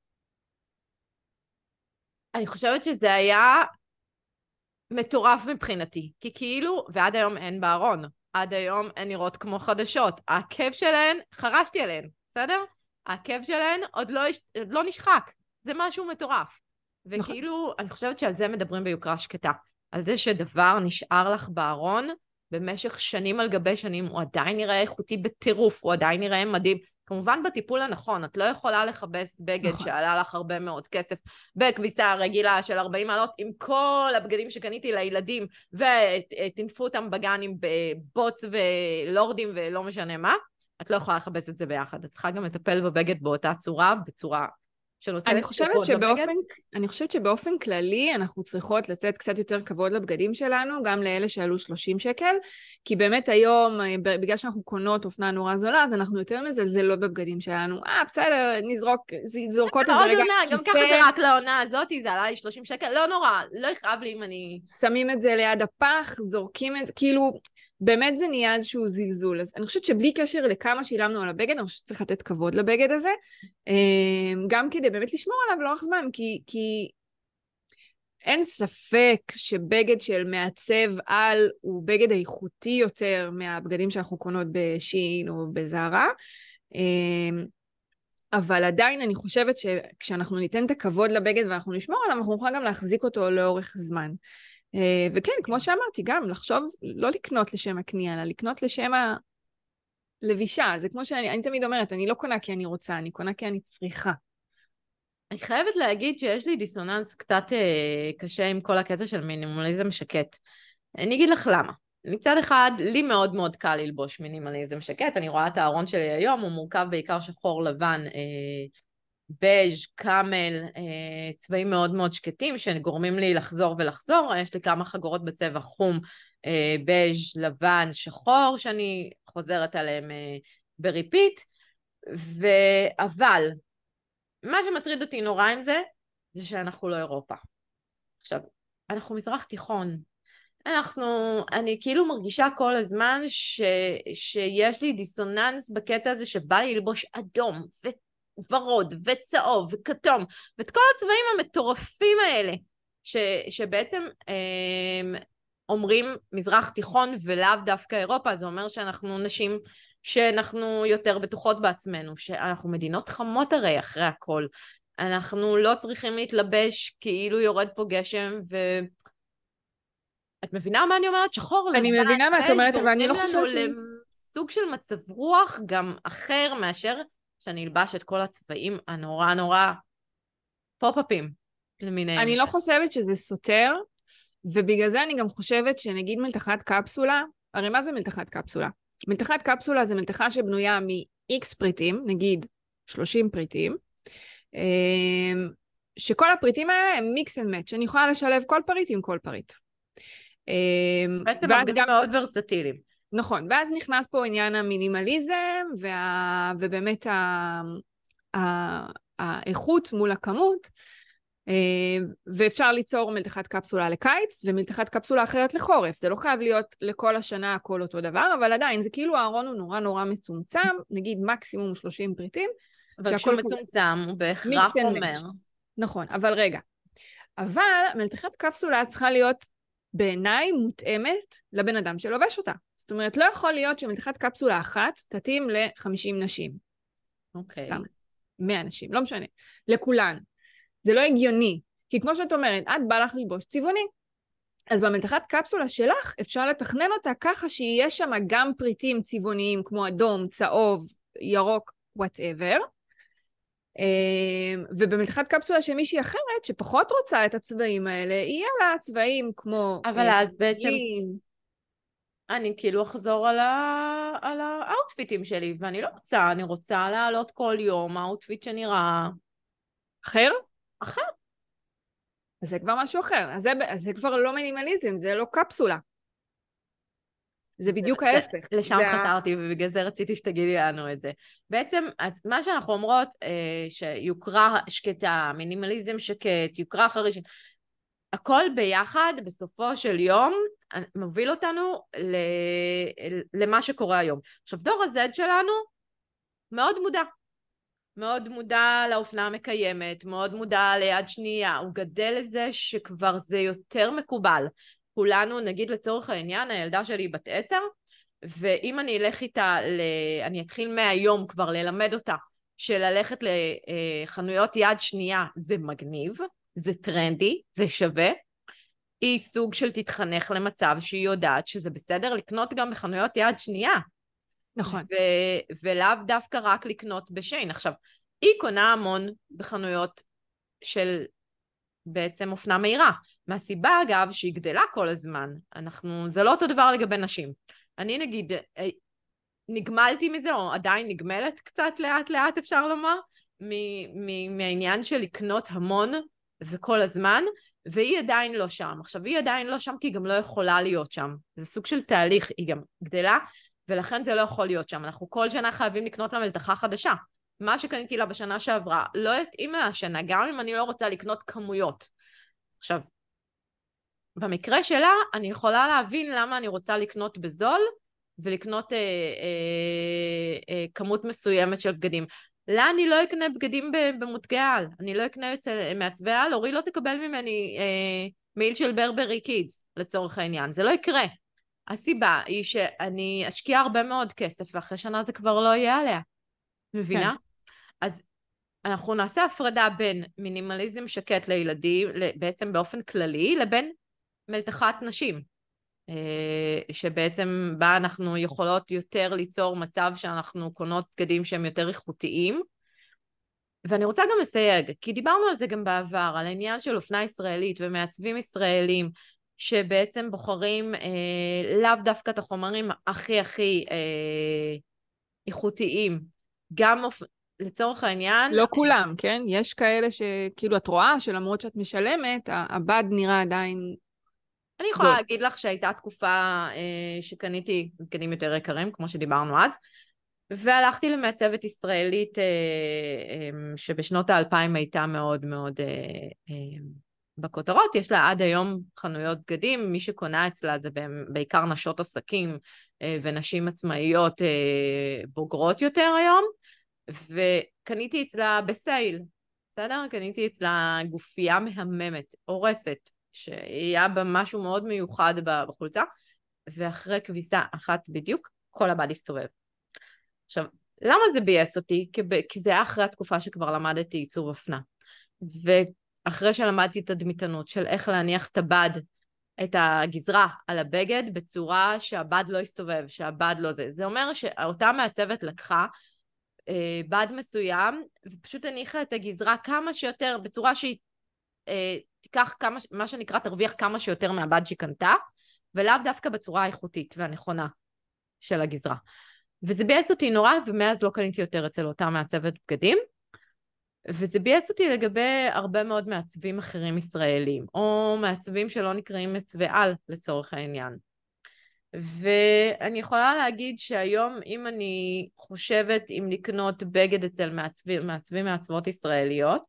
אני חושבת שזה היה מטורף מבחינתי, כי כאילו, ועד היום אין בארון, עד היום הן נראות כמו חדשות, העקב שלהן, חרשתי עליהן, בסדר? העקב שלהן עוד לא, עוד לא נשחק, זה משהו מטורף. וכאילו, אני חושבת שעל זה מדברים ביוקרה שקטה. על זה שדבר נשאר לך בארון, במשך שנים על גבי שנים, הוא עדיין נראה איכותי בטירוף, הוא עדיין נראה מדהים. כמובן בטיפול הנכון, את לא יכולה לחבש בגד נכון. שעלה לך הרבה מאוד כסף, בכביסה רגילה של ארבעים מעלות, עם כל הבגדים שקניתי לילדים, ותנפו אותם בגן עם בוץ ולורדים ולא משנה מה, את לא יכולה לחבש את זה ביחד. את צריכה גם לטפל בבגד באותה צורה, בצורה... אני חושבת שבאופן, אני חושבת שבאופן כללי אנחנו צריכות לתת קצת יותר כבוד לבגדים שלנו, גם לאלה שעלו שלושים שקל, כי באמת היום, בגלל שאנחנו קונות אופנה נורא זולה, אז אנחנו יותר מזלזלות בבגדים שלנו. אה, בסדר, נזרוק, זורקות את זה רגע. גם ככה זה רק לעונה הזאת, זה עלה לי שלושים שקל, לא נורא, לא יכאב לי אם אני... שמים את זה ליד הפח, זורקים את זה, כאילו... באמת זה נהיה איזשהו זלזול. אז אני חושבת שבלי קשר לכמה שילמנו על הבגד, אני חושבת שצריך לתת כבוד לבגד הזה, גם כדי באמת לשמור עליו לאורך זמן, כי, כי אין ספק שבגד של מעצב על הוא בגד איכותי יותר מהבגדים שאנחנו קונות בשין או בזרה, אבל עדיין אני חושבת שכשאנחנו ניתן את הכבוד לבגד ואנחנו נשמור עליו, אנחנו נוכל גם להחזיק אותו לאורך זמן. וכן, כמו שאמרתי, גם לחשוב, לא לקנות לשם הקנייה, אלא לקנות לשם הלבישה. זה כמו שאני אני תמיד אומרת, אני לא קונה כי אני רוצה, אני קונה כי אני צריכה. אני חייבת להגיד שיש לי דיסוננס קצת אה, קשה עם כל הקטע של מינימליזם שקט. אני אגיד לך למה. מצד אחד, לי מאוד מאוד קל ללבוש מינימליזם שקט. אני רואה את הארון שלי היום, הוא מורכב בעיקר שחור לבן, אה, בז', קאמל, אה, צבעים מאוד מאוד שקטים שגורמים לי לחזור ולחזור. יש לי כמה חגורות בצבע חום, אה, בז', לבן, שחור, שאני חוזרת עליהם אה, בריפיט. ו... אבל מה שמטריד אותי נורא עם זה, זה שאנחנו לא אירופה. עכשיו, אנחנו מזרח תיכון. אנחנו, אני כאילו מרגישה כל הזמן ש, שיש לי דיסוננס בקטע הזה שבא לי ללבוש אדום וורוד וצהוב וכתום, ואת כל הצבעים המטורפים האלה, ש, שבעצם הם, אומרים מזרח תיכון ולאו דווקא אירופה, זה אומר שאנחנו נשים שאנחנו יותר בטוחות בעצמנו, שאנחנו מדינות חמות הרי אחרי הכל. אנחנו לא צריכים להתלבש כאילו יורד פה גשם, ואת מבינה מה אני אומרת? שחור לבן, אני מבינה מה את בייג' אומרת, אבל אני גורמים לא לנו חושבת שזה... לסוג של מצב רוח גם אחר מאשר שאני אלבש את כל הצבעים הנורא נורא פופ-אפים למיניהם. אני לא חושבת שזה סותר, ובגלל זה אני גם חושבת שנגיד מלתחת קפסולה, הרי מה זה מלתחת קפסולה? מלתחת קפסולה זה מלתחה שבנויה מ-X פריטים, נגיד שלושים פריטים, אמ, שכל הפריטים האלה הם mix and match, אני יכולה לשלב כל פריט עם כל פריט. אמ, בעצם ואז הבגדים גם, מאוד ורסטיליים. נכון, ואז נכנס פה עניין המינימליזם, וה, ובאמת ה, ה, האיכות מול הכמות, ואפשר ליצור מלתחת קפסולה לקיץ, ומלתחת קפסולה אחרת לחורף. זה לא חייב להיות לכל השנה הכל אותו דבר, אבל עדיין, זה כאילו הארון הוא נורא נורא מצומצם, נגיד מקסימום שלושים פריטים, אבל כשהוא מצומצם הוא בהכרח אומר. נכון, אבל רגע. אבל מלתחת קפסולה צריכה להיות בעיניי מותאמת לבן אדם שלובש אותה. זאת אומרת, לא יכול להיות שמלתחת קפסולה אחת תתאים ל-חמישים נשים. אוקיי. סתם, מאה נשים, לא משנה. לכולן. זה לא הגיוני. כי כמו שאת אומרת, את בא לך ללבוש צבעוני. אז במלתחת קפסולה שלך אפשר לתכנן אותה ככה שיהיה שם גם פריטים צבעוניים כמו אדום, צהוב, ירוק, whatever. ובמלתחת קפסולה של מישהי אחרת שפחות רוצה את הצבעים האלה, יהיה לה צבעים כמו... אבל אז בעצם ים. אני כאילו אחזור על, ה... על האוטפיטים שלי, ואני לא רוצה, אני רוצה לעלות כל יום האוטפיט שנראה... אחר? אחר. אז זה כבר משהו אחר. אז זה, אז זה כבר לא מינימליזם, זה לא קפסולה. זה בדיוק זה, ההפך. זה, לשם זה חתרתי, ובגלל זה רציתי שתגידי לנו את זה. בעצם, מה שאנחנו אומרות, אה, שיוקרה שקטה, מינימליזם שקט, יוקרה חרישית, הכל ביחד, בסופו של יום, מוביל אותנו ל... למה שקורה היום. עכשיו, דור ה-Z שלנו מאוד מודע. מאוד מודע לאופנה המקיימת, מאוד מודע ליד שנייה, הוא גדל לזה שכבר זה יותר מקובל. כולנו, נגיד לצורך העניין, הילדה שלי בת עשר, ואם אני אלך איתה, ל... אני אתחיל מהיום כבר ללמד אותה, שללכת לחנויות יד שנייה זה מגניב, זה טרנדי, זה שווה, היא סוג של תתחנך למצב שהיא יודעת שזה בסדר לקנות גם בחנויות יד שנייה. נכון. ו- ולאו דווקא רק לקנות בשיין. עכשיו, היא קונה המון בחנויות של בעצם אופנה מהירה. מהסיבה אגב שהיא גדלה כל הזמן. אנחנו, זה לא אותו דבר לגבי נשים. אני נגיד, נגמלתי מזה, או עדיין נגמלת קצת לאט לאט אפשר לומר, מ- מ- מהעניין של לקנות המון וכל הזמן, והיא עדיין לא שם. עכשיו, היא עדיין לא שם כי היא גם לא יכולה להיות שם. זה סוג של תהליך, היא גם גדלה, ולכן זה לא יכול להיות שם. אנחנו כל שנה חייבים לקנות לה מלתחה חדשה. מה שקניתי לה בשנה שעברה לא יתאים לה השנה, גם אם אני לא רוצה לקנות כמויות. עכשיו, במקרה שלה, אני יכולה להבין למה אני רוצה לקנות בזול, ולקנות אה, אה, אה, כמות מסוימת של בגדים. לה אני לא אקנה בגדים במותגי על. אני לא אקנה אצל מעצבי על, אורי לא תקבל ממני אה, מעיל של ברברי קידס, לצורך העניין. זה לא יקרה. הסיבה היא שאני אשקיע הרבה מאוד כסף, ואחרי שנה זה כבר לא יהיה עליה. מבינה? כן. אז אנחנו נעשה הפרדה בין מינימליזם שקט לילדים, בעצם באופן כללי, לבין מלתחת נשים. שבעצם בה אנחנו יכולות יותר ליצור מצב שאנחנו קונות בגדים שהם יותר איכותיים. ואני רוצה גם לסייג, כי דיברנו על זה גם בעבר, על העניין של אופנה ישראלית ומעצבים ישראלים, שבעצם בוחרים אה, לאו דווקא את החומרים הכי הכי אה, איכותיים, גם אופ... לצורך העניין... לא כולם, כן? יש כאלה שכאילו את רואה שלמרות שאת משלמת, הבד נראה עדיין... אני יכולה זאת. להגיד לך שהייתה תקופה אה, שקניתי בגדים יותר יקרים, כמו שדיברנו אז, והלכתי למעצבת ישראלית אה, אה, שבשנות האלפיים הייתה מאוד מאוד... אה, אה, בכותרות, יש לה עד היום חנויות בגדים, מי שקונה אצלה זה בעיקר נשות עסקים ונשים עצמאיות בוגרות יותר היום, וקניתי אצלה בסייל, בסדר? קניתי אצלה גופייה מהממת, הורסת, שהיה בה משהו מאוד מיוחד בחולצה, ואחרי כביסה אחת בדיוק, כל הבד הסתובב. עכשיו, למה זה בייס אותי? כי זה היה אחרי התקופה שכבר למדתי עיצוב אופנה. ואחרי שלמדתי את הדמיתנות של איך להניח את הבד, את הגזרה על הבגד, בצורה שהבד לא יסתובב, שהבד לא זה. זה אומר שאותה מעצבת לקחה אה, בד מסוים, ופשוט הניחה את הגזרה כמה שיותר, בצורה שהיא אה, תיקח כמה, מה שנקרא, תרוויח כמה שיותר מהבד שהיא קנתה, ולאו דווקא בצורה האיכותית והנכונה של הגזרה. וזה בייס אותי נורא, ומאז לא קניתי יותר אצל אותה מעצבת בגדים, וזה בייס אותי לגבי הרבה מאוד מעצבים אחרים ישראלים, או מעצבים שלא נקראים מעצבי על לצורך העניין. ואני יכולה להגיד שהיום אם אני חושבת אם לקנות בגד אצל מעצבים, מעצבים מעצבות ישראליות,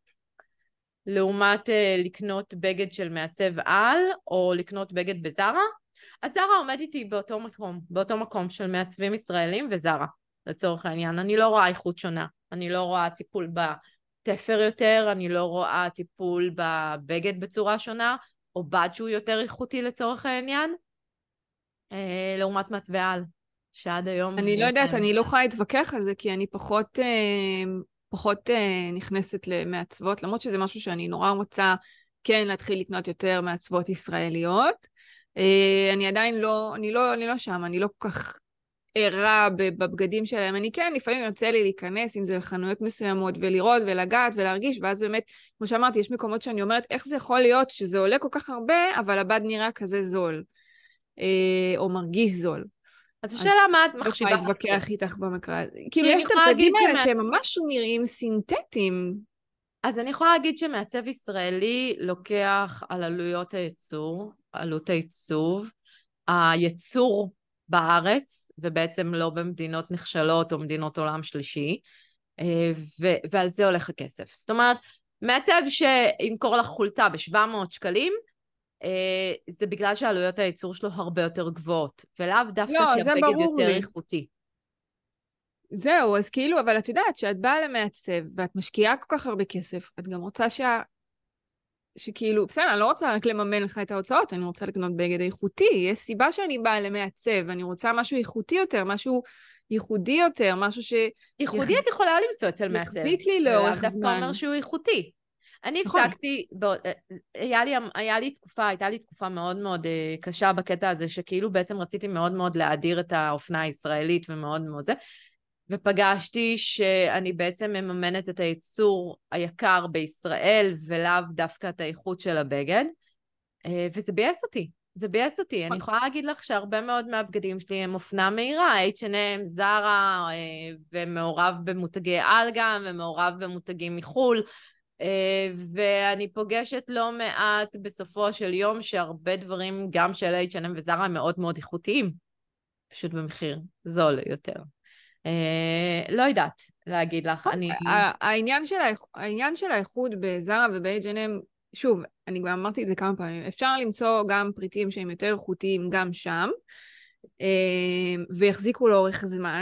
לעומת uh, לקנות בגד של מעצב על, או לקנות בגד בזרה, אז זרה עומד איתי באותו מקום, באותו מקום של מעצבים ישראלים וזרה, לצורך העניין. אני לא רואה איכות שונה, אני לא רואה טיפול בתפר יותר, אני לא רואה טיפול בבגד בצורה שונה, או בד שהוא יותר איכותי לצורך העניין, אה, לעומת מעצבי על, שעד היום... אני לא יודעת, אני לא יכולה להתווכח על זה, כי אני פחות, אה, פחות אה, נכנסת למעצבות, למרות שזה משהו שאני נורא רוצה כן להתחיל לקנות יותר מעצבות ישראליות. אני עדיין לא, אני לא, אני לא שם, אני לא כל כך ערה בבגדים שלהם. אני כן, לפעמים יוצא לי להיכנס, אם זה לחנויות מסוימות, ולראות ולגעת ולהרגיש, ואז באמת, כמו שאמרתי, יש מקומות שאני אומרת, איך זה יכול להיות שזה עולה כל כך הרבה, אבל הבד נראה כזה זול, או מרגיש זול. אז השאלה מה את מחשיבה? לא יכולה להתווכח איתך במקרה. כאילו, יש את הבגדים האלה שהם ממש נראים סינתטיים. אז אני יכולה להגיד שמעצב ישראלי לוקח על עלויות הייצור, עלות העיצוב, הייצור בארץ, ובעצם לא במדינות נחשלות או מדינות עולם שלישי, ו- ועל זה הולך הכסף. זאת אומרת, מעצב שימכור לך חולצה ב-שבע מאות שקלים, זה בגלל שעלויות הייצור שלו הרבה יותר גבוהות, ולאו דווקא לא, כי הבגד יותר לי. איכותי. זהו, אז כאילו, אבל את יודעת שאת באה למעצב, ואת משקיעה כל כך הרבה כסף, את גם רוצה שה... שכאילו, בסדר, אני לא רוצה רק לממן לך את ההוצאות, אני רוצה לקנות בגד איכותי. יש סיבה שאני באה למעצב, אני רוצה משהו איכותי יותר, משהו ייחודי יותר, משהו ש... ייחודי יח... את יכולה למצוא אצל מעצב. יחזיק לי לאורך זמן. דווקא אומר שהוא איכותי. אני נכון. הפסקתי, ב... היה, לי, היה לי תקופה, הייתה לי תקופה מאוד מאוד קשה בקטע הזה, שכאילו בעצם רציתי מאוד מאוד להאדיר את האופנה הישראלית ומאוד מאוד זה, ופגשתי שאני בעצם מממנת את הייצור היקר בישראל, ולאו דווקא את האיכות של הבגד, וזה בייס אותי, זה בייס אותי. אני יכולה להגיד לך שהרבה מאוד מהבגדים שלי הם אופנה מהירה, אייץ' אנד אם, זרה, ומעורב במותגי על גם, ומעורב במותגים מחול, ואני פוגשת לא מעט בסופו של יום, שהרבה דברים גם של אייץ' אנד אם וזרה הם מאוד מאוד איכותיים, פשוט במחיר זול יותר. Uh, לא יודעת להגיד לך. אני... העניין של, האיכ... העניין של האיכות בזרה וב-אייץ' אנד אם, שוב, אני גם אמרתי את זה כמה פעמים, אפשר למצוא גם פריטים שהם יותר איכותיים גם שם, uh, ויחזיקו לאורך זמן,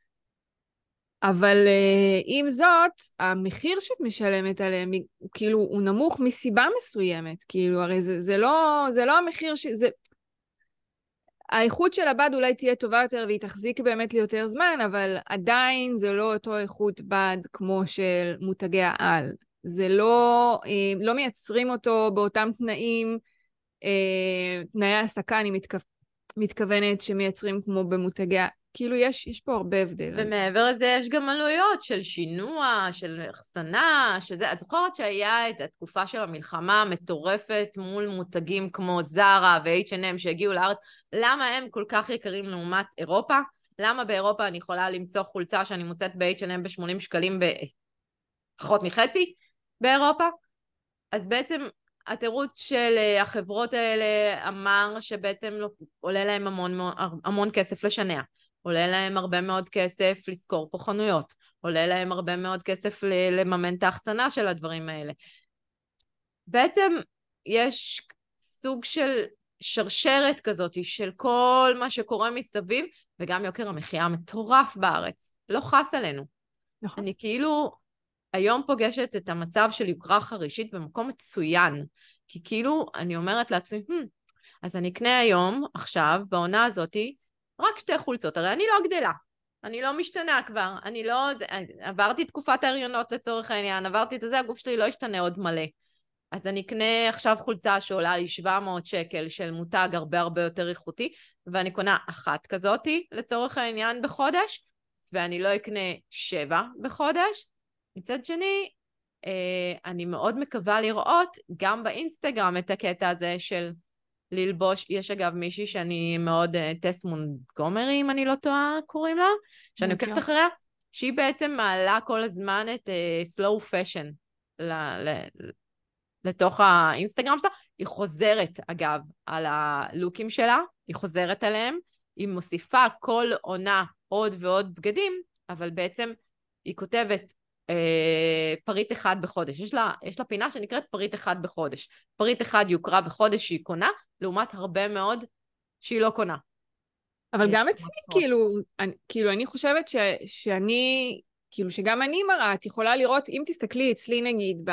אבל uh, עם זאת, המחיר שאת משלמת עליהם, הוא, כאילו, הוא נמוך מסיבה מסוימת, כאילו, הרי זה, זה, לא, זה לא המחיר ש... זה... האיכות של הבד אולי תהיה טובה יותר והיא תחזיק באמת ליותר זמן, אבל עדיין זה לא אותו איכות בד כמו של מותגי העל. זה לא, לא מייצרים אותו באותם תנאים, תנאי העסקה, אני מתכו... מתכוונת שמייצרים כמו במותגי העל. כאילו יש, יש פה הרבה הבדל. ומעבר לזה יש גם עלויות של שינוע, של אחסנה, שזה, את זוכרת שהיה את התקופה של המלחמה המטורפת מול מותגים כמו זרה ו-אייץ' אנד אם שהגיעו לארץ, למה הם כל כך יקרים לעומת אירופה? למה באירופה אני יכולה למצוא חולצה שאני מוצאת ב-אייץ' אנד אם ב-שמונים שקלים בפחות מחצי באירופה? אז בעצם התירוץ של החברות האלה אמר שבעצם עולה להם המון, המון כסף לשנע. עולה להם הרבה מאוד כסף לזכור פה חנויות, עולה להם הרבה מאוד כסף לממן את ההחצנה של הדברים האלה. בעצם יש סוג של שרשרת כזאת של כל מה שקורה מסביב, וגם יוקר המחיה המטורף בארץ, לא חס עלינו. נכון. אני כאילו היום פוגשת את המצב של יוקרה חרישית במקום מצוין, כי כאילו אני אומרת לעצמי, hmm, אז אני אקנה היום, עכשיו, בעונה הזאת, רק שתי חולצות, הרי אני לא גדלה, אני לא משתנה כבר, אני לא, עברתי תקופת ההריונות לצורך העניין, עברתי את זה, הגוף שלי לא ישתנה עוד מלא. אז אני אקנה עכשיו חולצה שעולה לי שבע מאות שקל של מותג הרבה הרבה יותר איכותי, ואני קונה אחת כזאתי לצורך העניין בחודש, ואני לא אקנה שבע בחודש. מצד שני, אני מאוד מקווה לראות גם באינסטגרם את הקטע הזה של ללבוש, יש אגב מישהי שאני מאוד, טס מונטגומרי אם אני לא טועה קוראים לה, שאני עוקבת אחריה, שהיא בעצם מעלה כל הזמן את slow fashion לתוך האינסטגרם שלה, היא חוזרת אגב על הלוקים שלה, היא חוזרת עליהם, היא מוסיפה כל עונה עוד ועוד בגדים, אבל בעצם היא כותבת אה, פריט אחד בחודש, יש לה, יש לה פינה שנקראת פריט אחד בחודש, פריט אחד יוקרה בחודש שהיא קונה, לעומת הרבה מאוד שהיא לא קונה. אבל גם אצלי, כאילו, אני, כאילו, אני חושבת ש, שאני, כאילו, שגם אני מראה, את יכולה לראות, אם תסתכלי אצלי נגיד, ב...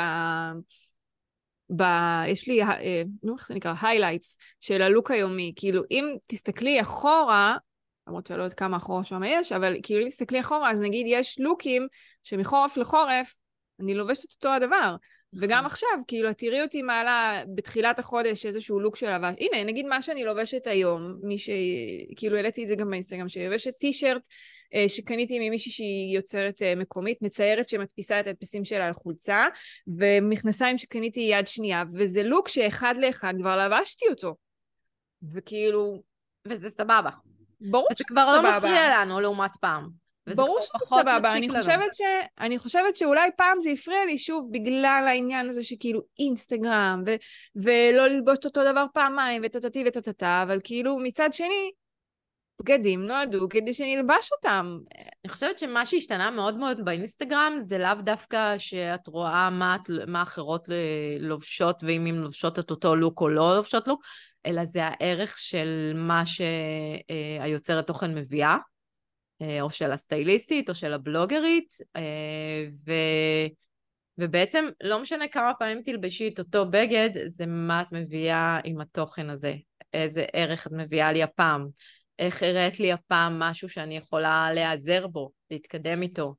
ב... יש לי, אה, נו, איך זה נקרא? highlights של הלוק היומי. כאילו, אם תסתכלי אחורה, למרות שאני לא יודעת כמה אחורה שם יש, אבל כאילו, אם תסתכלי אחורה, אז נגיד יש לוקים שמחורף לחורף, אני לובשת את אותו הדבר. וגם עכשיו, כאילו, תראי אותי מעלה בתחילת החודש איזשהו לוק של לבש. הנה, נגיד מה שאני לובשת היום, מי ש... כאילו, העליתי את זה גם באינסטגרם, שלובשת טישרט, שקניתי ממישהי שהיא יוצרת מקומית, מציירת שמדפיסה את הדפיסים שלה על חולצה, ומכנסיים שקניתי יד שנייה, וזה לוק שאחד לאחד כבר לבשתי אותו. וכאילו... וזה סבבה. ברור שזה שזה כבר סבבה. לא מפריע לנו לעומת פעם. ברור שזה סבבה. אני חושבת, ש... אני חושבת שאולי פעם זה הפריע לי שוב בגלל העניין הזה שכאילו אינסטגרם, ו... ולא ללבוש אותו דבר פעמיים, ותתתי ותתתה, אבל כאילו מצד שני, בגדים נועדו כדי שנלבש אותם. אני חושבת שמה שהשתנה מאוד מאוד באינסטגרם זה לאו דווקא שאת רואה מה, מה אחרות לובשות ואם הן לובשות את אותו לוק או לא לובשות לוק, אלא זה הערך של מה שהיוצרת תוכן מביאה, או של הסטייליסטית או של הבלוגרית, ו... ובעצם לא משנה כמה פעמים תלבשי את אותו בגד, זה מה את מביאה עם התוכן הזה, איזה ערך את מביאה לי הפעם. איך הראת לי הפעם משהו שאני יכולה להיעזר בו, להתקדם איתו.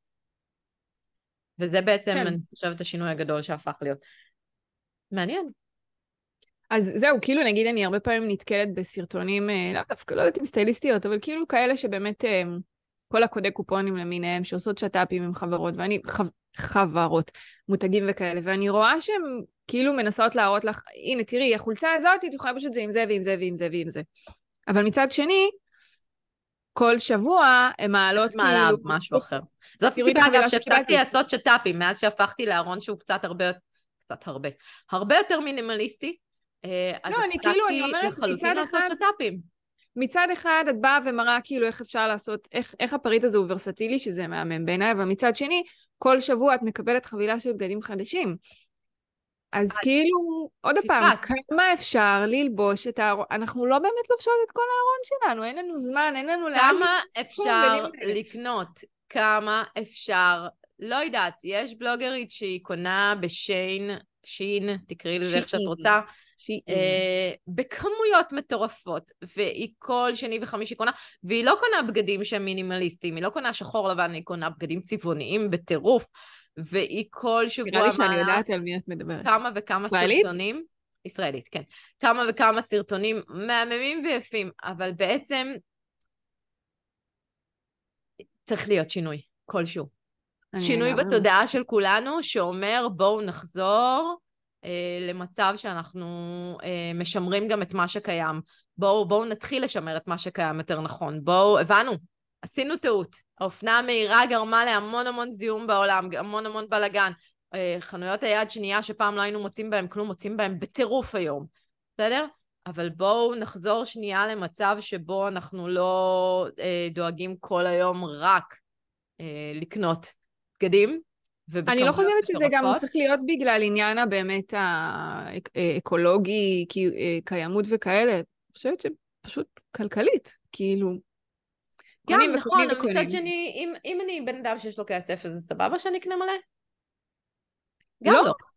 וזה בעצם, כן. אני חושבת, השינוי הגדול שהפך להיות. מעניין. אז זהו, כאילו נגיד אני הרבה פעמים נתקלת בסרטונים, לא דווקא, לא יודעת אם סטייליסטיות, אבל כאילו כאלה שבאמת כל הקודי קופונים למיניהם, שעושות שטאפים עם חברות, ואני, חו, חברות, מותגים וכאלה, ואני רואה שהן כאילו מנסות להראות לך, הנה תראי, החולצה הזאת, את יכולה פשוט זה עם זה ועם זה ועם זה ועם זה. אבל מצד שני, כל שבוע הן מעלות כאילו... מעלה משהו אחר. זאת סיבה אגב שהפסקתי לעשות שטאפים, מאז שהפכתי לארון שהוא קצת הרבה, קצת הרבה, הרבה יותר מינימליסטי, אז לא, אני כאילו, אני אומרת, לחלוטין לעשות שטאפים. מצד אחד את באה ומראה כאילו איך אפשר לעשות, איך, איך הפריט הזה הוא ורסטילי, שזה מהמם בעיניי, אבל מצד שני, כל שבוע את מקבלת חבילה של בגדים חדשים. אז כאילו, עוד פעם, כמה אפשר ללבוש את הארון, אנחנו לא באמת לובשות את כל הארון שלנו, אין לנו זמן, אין לנו לאן... כמה אפשר לקנות, כמה אפשר, לא יודעת, יש בלוגרית שהיא קונה בשיין, שין, תקראי לזה איך שאת רוצה, בכמויות מטורפות, והיא כל שני וחמישי קונה, והיא לא קונה בגדים שהם מינימליסטיים, היא לא קונה שחור לבן, היא קונה בגדים צבעוניים בטירוף, והיא כל שבוע... נראה לי שאני יודעת על מי את מדברת. כמה וכמה סרטונים, ישראלית, כן, כמה וכמה סרטונים מהממים ויפים, אבל בעצם צריך להיות שינוי כלשהו. שינוי בתודעה של כולנו, שאומר בואו נחזור למצב שאנחנו משמרים גם את מה שקיים. בואו, בואו נתחיל לשמר את מה שקיים יותר נכון. בואו, הבנו, עשינו טעות. האופנה המהירה גרמה להמון המון זיהום בעולם, המון המון בלגן. חנויות היד שנייה שפעם לא היינו מוצאים בהם כלום, מוצאים בהם בטירוף היום. בסדר? אבל בואו נחזור שנייה למצב שבו אנחנו לא דואגים כל היום רק לקנות בגדים. אני לא חושבת שזה גם צריך להיות בגלל עניין הבאמת האקולוגי, קיימות וכאלה. אני חושבת שפשוט כלכלית, כאילו. גם נכון, אבל מצד שני, אם, אם אני בן אדם שיש לו כסף, אז זה סבבה שאני אקנה מלא? גם לא.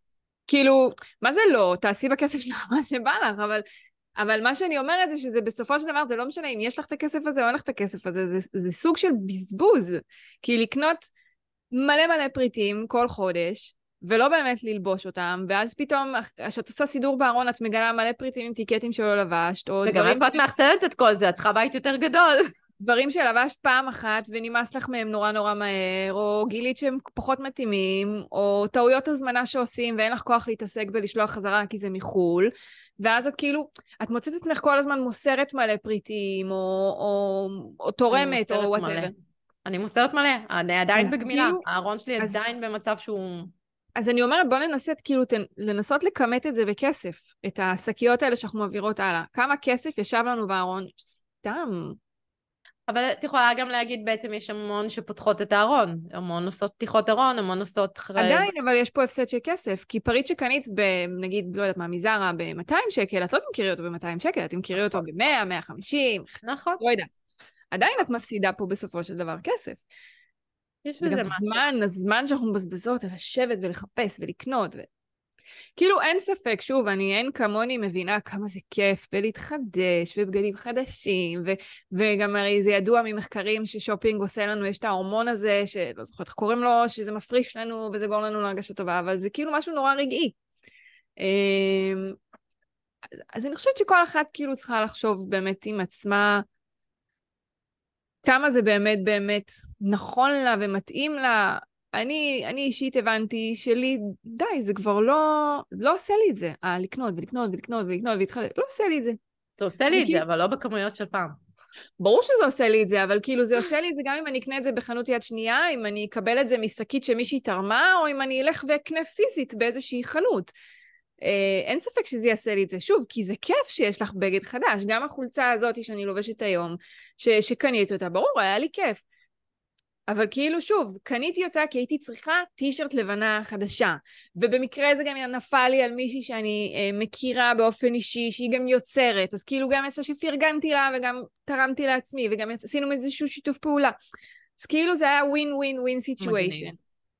כאילו, מה זה לא? תעשי בכסף שלך מה שבא לך, אבל, אבל מה שאני אומרת זה שזה בסופו של דבר, זה לא משנה אם יש לך את הכסף הזה או אין לך את הכסף הזה, זה, זה סוג של בזבוז. כי לקנות מלא מלא פריטים כל חודש, ולא באמת ללבוש אותם, ואז פתאום, כשאת עושה סידור בארון, את מגלה מלא פריטים עם טיקטים שלא לבשת, או וגם דברים, איפה את מאחסנת את כל זה? את צריכה בית יותר גדול. דברים שלבשת פעם אחת ונמאס לך מהם נורא נורא מהר, או גילית שהם פחות מתאימים, או טעויות הזמנה שעושים ואין לך כוח להתעסק ולשלוח חזרה כי זה מחול, ואז את כאילו, את מוצאת את עצמך כל הזמן מוסרת מלא פריטים, או, או, או אני תורמת, או מוסרת מלא. וואטאבר. אני מוסרת מלא. אני עדיין אז בגמילה. כאילו, הארון שלי אז... עדיין במצב שהוא... אז אני אומרת, בוא ננסה כאילו, תן, לנסות לכמת את זה בכסף, את השקיות האלה שאנחנו מעבירות הלאה. כמה כסף ישב לנו בארון? סתם. אבל את יכולה גם להגיד, בעצם יש המון שפותחות את הארון. המון עושות פתיחות ארון, המון עושות... עדיין, אבל יש פה הפסד של כסף, כי פריט שקנית, ב, נגיד, לא יודעת מה, מזרה ב-מאתיים שקל, את לא תמכירי אותו ב-מאתיים שקל, את תמכירי אותו ב-מאה, מאה וחמישים, נכון. לא יודע. עדיין את מפסידה פה בסופו של דבר כסף. יש וגם בזה משהו. זמן, הזמן שאנחנו מבזבזות על לשבת ולחפש ולקנות. ו... כאילו אין ספק, שוב, אני אין כמוני מבינה כמה זה כיף ולהתחדש ובגדים חדשים, ו... וגם הרי זה ידוע ממחקרים ששופינג עושה לנו, יש את ההורמון הזה, שלא זוכרת איך קוראים לו, שזה מפריש לנו וזה גורם לנו להרגשה טובה, אבל זה כאילו משהו נורא רגעי. אמ, אז, אז אני חושבת שכל אחת כאילו צריכה לחשוב באמת עם עצמה, כמה זה באמת באמת נכון לה ומתאים לה. אני, אני אישית הבנתי שלי, די, זה כבר לא, לא עושה לי את זה. אה, לקנות ולקנות ולקנות ולקנות ולהתחלק, לא עושה לי את זה. אתה עושה לי את וכאילו, זה, אבל לא בכמויות של פעם. ברור שזה עושה לי את זה, אבל כאילו זה עושה לי את זה גם אם אני אקנה את זה בחנות יד שנייה, אם אני אקבל את זה משקית שמישהי תרמה, או אם אני אלך ואקנה פיזית באיזושהי חנות. אה, אין ספק שזה יעשה לי את זה. שוב, כי זה כיף שיש לך בגד חדש. גם החולצה הזאת שאני לובשת היום, ש- שקניתי אותה, ברור, היה לי כיף. אבל כאילו שוב, קניתי אותה כי הייתי צריכה טישרט לבנה חדשה. ובמקרה זה גם נפל לי על מישהי שאני אה, מכירה באופן אישי, שהיא גם יוצרת. אז כאילו גם יצא שפרגנתי לה וגם תרמתי לעצמי, וגם יצא, עשינו איזשהו שיתוף פעולה. אז כאילו זה היה ווין ווין ווין סיטואשן.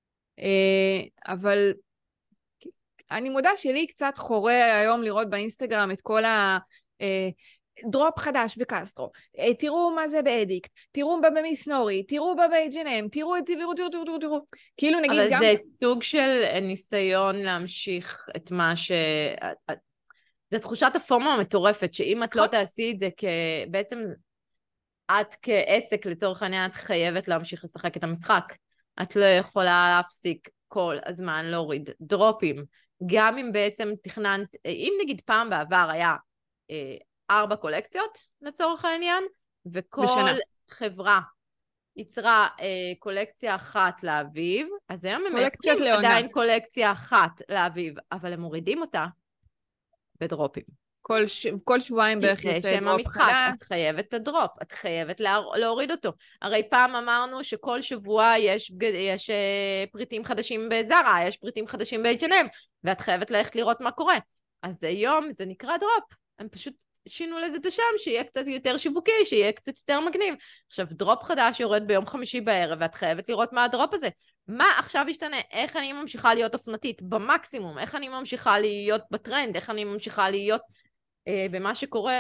אבל אני מודה שלי קצת חורה היום לראות באינסטגרם את כל ה... דרופ חדש בקסטרו, תראו מה זה באדיקט, תראו במיס נורי, תראו ב-אייץ' אנד אם, תראו את זה, תראו, תראו, תראו, תראו. כאילו נגיד גם... אבל זה סוג של ניסיון להמשיך את מה ש... זה תחושת הפומו המטורפת, שאם את לא תעשי את זה בעצם את כעסק לצורך העניין, את חייבת להמשיך לשחק את המשחק. את לא יכולה להפסיק כל הזמן להוריד דרופים. גם אם בעצם תכננת, אם נגיד פעם בעבר היה אה, ארבע קולקציות לצורך העניין, וכל בשנה. חברה יצרה אה, קולקציה אחת לאביב, אז היום הם מייצרים עדיין קולקציה אחת לאביב, אבל הם מורידים אותה בדרופים. כל, ש... כל שבועיים בערך יוצא דרופ חדש. את חייבת את הדרופ, את חייבת לה... להוריד אותו. הרי פעם אמרנו שכל שבוע יש, יש uh, פריטים חדשים בזרה, יש פריטים חדשים ב-אייץ' אנד אם, ואת חייבת ללכת לראות מה קורה. אז היום זה נקרא דרופ. הם פשוט שינו לזה את השם, שיהיה קצת יותר שיווקי, שיהיה קצת יותר מגניב. עכשיו, דרופ חדש יורד ביום חמישי בערב, ואת חייבת לראות מה הדרופ הזה. מה עכשיו ישתנה? איך אני ממשיכה להיות אופנתית במקסימום? איך אני ממשיכה להיות בטרנד? איך אני ממשיכה להיות uh, במה שקורה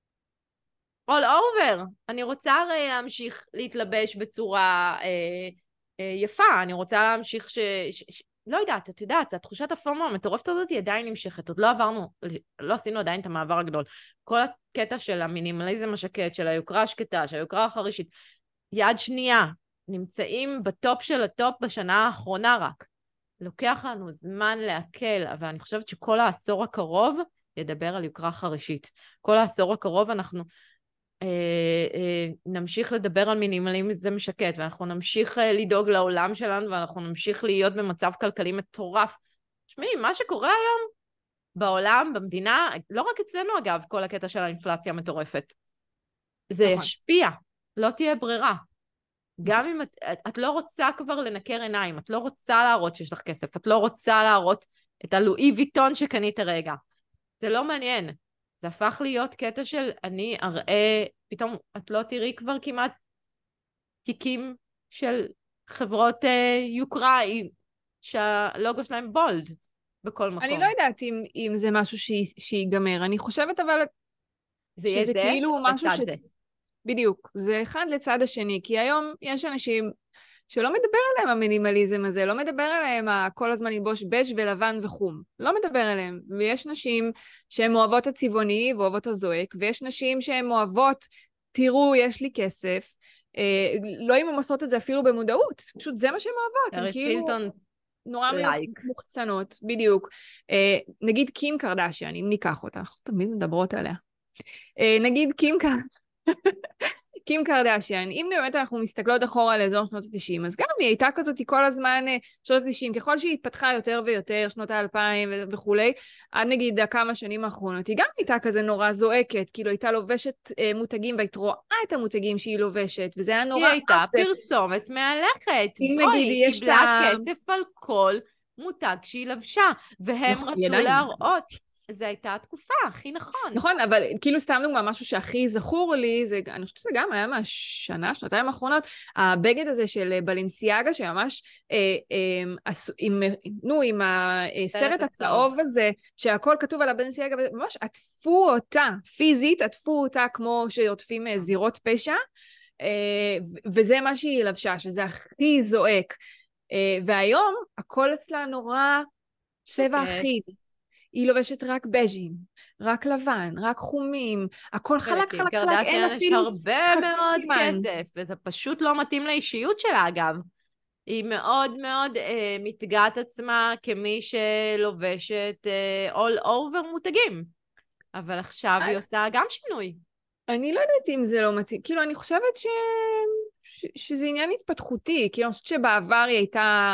all over? אני רוצה הרי להמשיך להתלבש בצורה uh, uh, יפה, אני רוצה להמשיך ש... ש, ש לא יודעת, את יודעת, התחושת הפומו המטורפת הזאת היא עדיין נמשכת, עוד לא עברנו, לא עשינו עדיין את המעבר הגדול. כל הקטע של המינימליזם השקט, של היוקרה השקטה, של היוקרה החרישית, יד שנייה, נמצאים בטופ של הטופ בשנה האחרונה רק. לוקח לנו זמן להקל, אבל אני חושבת שכל העשור הקרוב ידבר על יוקרה חרישית. כל העשור הקרוב אנחנו אה, אה, נמשיך לדבר על מינימליזם שקט, ואנחנו נמשיך אה, לדאוג לעולם שלנו, ואנחנו נמשיך להיות במצב כלכלי מטורף. תשמעי, מה שקורה היום בעולם, במדינה, לא רק אצלנו אגב, כל הקטע של האינפלציה המטורפת. זה נכון. ישפיע, לא תהיה ברירה. גם אם את, את, את לא רוצה כבר לנקר עיניים, את לא רוצה להראות שיש לך כסף, את לא רוצה להראות את הלואי ויטון שקנית הרגע. זה לא מעניין. זה הפך להיות קטע של אני אראה, פתאום את לא תראי כבר כמעט תיקים של חברות אה, יוקרה שהלוגו שלהם בולד. בכל מקום. אני לא יודעת אם, אם זה משהו ש- שיגמר. אני חושבת אבל זה יהיה שזה זה כאילו משהו לצד ש... זה. בדיוק, זה אחד לצד השני, כי היום יש אנשים שלא מדבר עליהם המינימליזם הזה, לא מדבר עליהם ה- כל הזמן ללבוש בז' ולבן וחום. לא מדבר עליהם. ויש נשים שהן אוהבות הצבעוני ואוהבות הזועק, ויש נשים שהן אוהבות, תראו, יש לי כסף. אה, לא אם הן עושות את זה אפילו במודעות, פשוט זה מה שהן אוהבות, הן פריס כאילו הילטון נורא מיוח- לייק. מוחצנות, בדיוק. אה, נגיד קים קרדשיאן, אם ניקח אותה, אנחנו תמיד מדברות עליה. אה, נגיד קים קרדשיאן, קים קרדשיאן, אם באמת אנחנו מסתכלות אחורה לאזור שנות ה-תשעים, אז גם היא הייתה כזאת כל הזמן אה, שנות ה-תשעים, ככל שהיא התפתחה יותר ויותר, שנות ה-אלפיים וכולי, עד נגיד הכמה שנים האחרונות, היא גם הייתה כזה נורא זועקת, כאילו הייתה לובשת אה, מותגים, והיית רואה את המותגים שהיא לובשת, וזה היה היא נורא הייתה אאוטר. פרסומת מהלכת. אם בואי, נגיד היא יש את קיבלה ה... כסף על כל מותג שהיא לבשה, והם נכון, היא רצו עדיין. להראות. זו הייתה התקופה הכי נכון. נכון, אבל כאילו סתם דוגמה, משהו שהכי זכור לי, זה, אני חושבת שזה גם היה מהשנה, שנתיים האחרונות, הבגד הזה של בלנסיאגה, שממש, אה, אה, עם, נו, עם סרט הסרט הצהוב. הצהוב הזה, שהכל כתוב על הבלנסיאגה, ממש עטפו אותה, פיזית, עטפו אותה כמו שעוטפים אה, זירות פשע, אה, ו- וזה מה שהיא לבשה, שזה הכי זועק. אה, והיום, הכל אצלה נורא צבע שקט. אחיד. היא לובשת רק בז'ים, רק לבן, רק חומים, הכל חלק, ולקים חלק, חלק, אין קרדשיאן יש אפילו הרבה חצי מאוד סימן. כסף, וזה פשוט לא מתאים לאישיות שלה, אגב. היא מאוד מאוד אה, מתגעת עצמה כמי שלובשת אה, all over מותגים. אבל עכשיו היא עושה גם שינוי. אני לא יודעת אם זה לא מתאים, כאילו, אני חושבת ש... ש... שזה עניין התפתחותי, כאילו, אני חושבת שבעבר היא הייתה,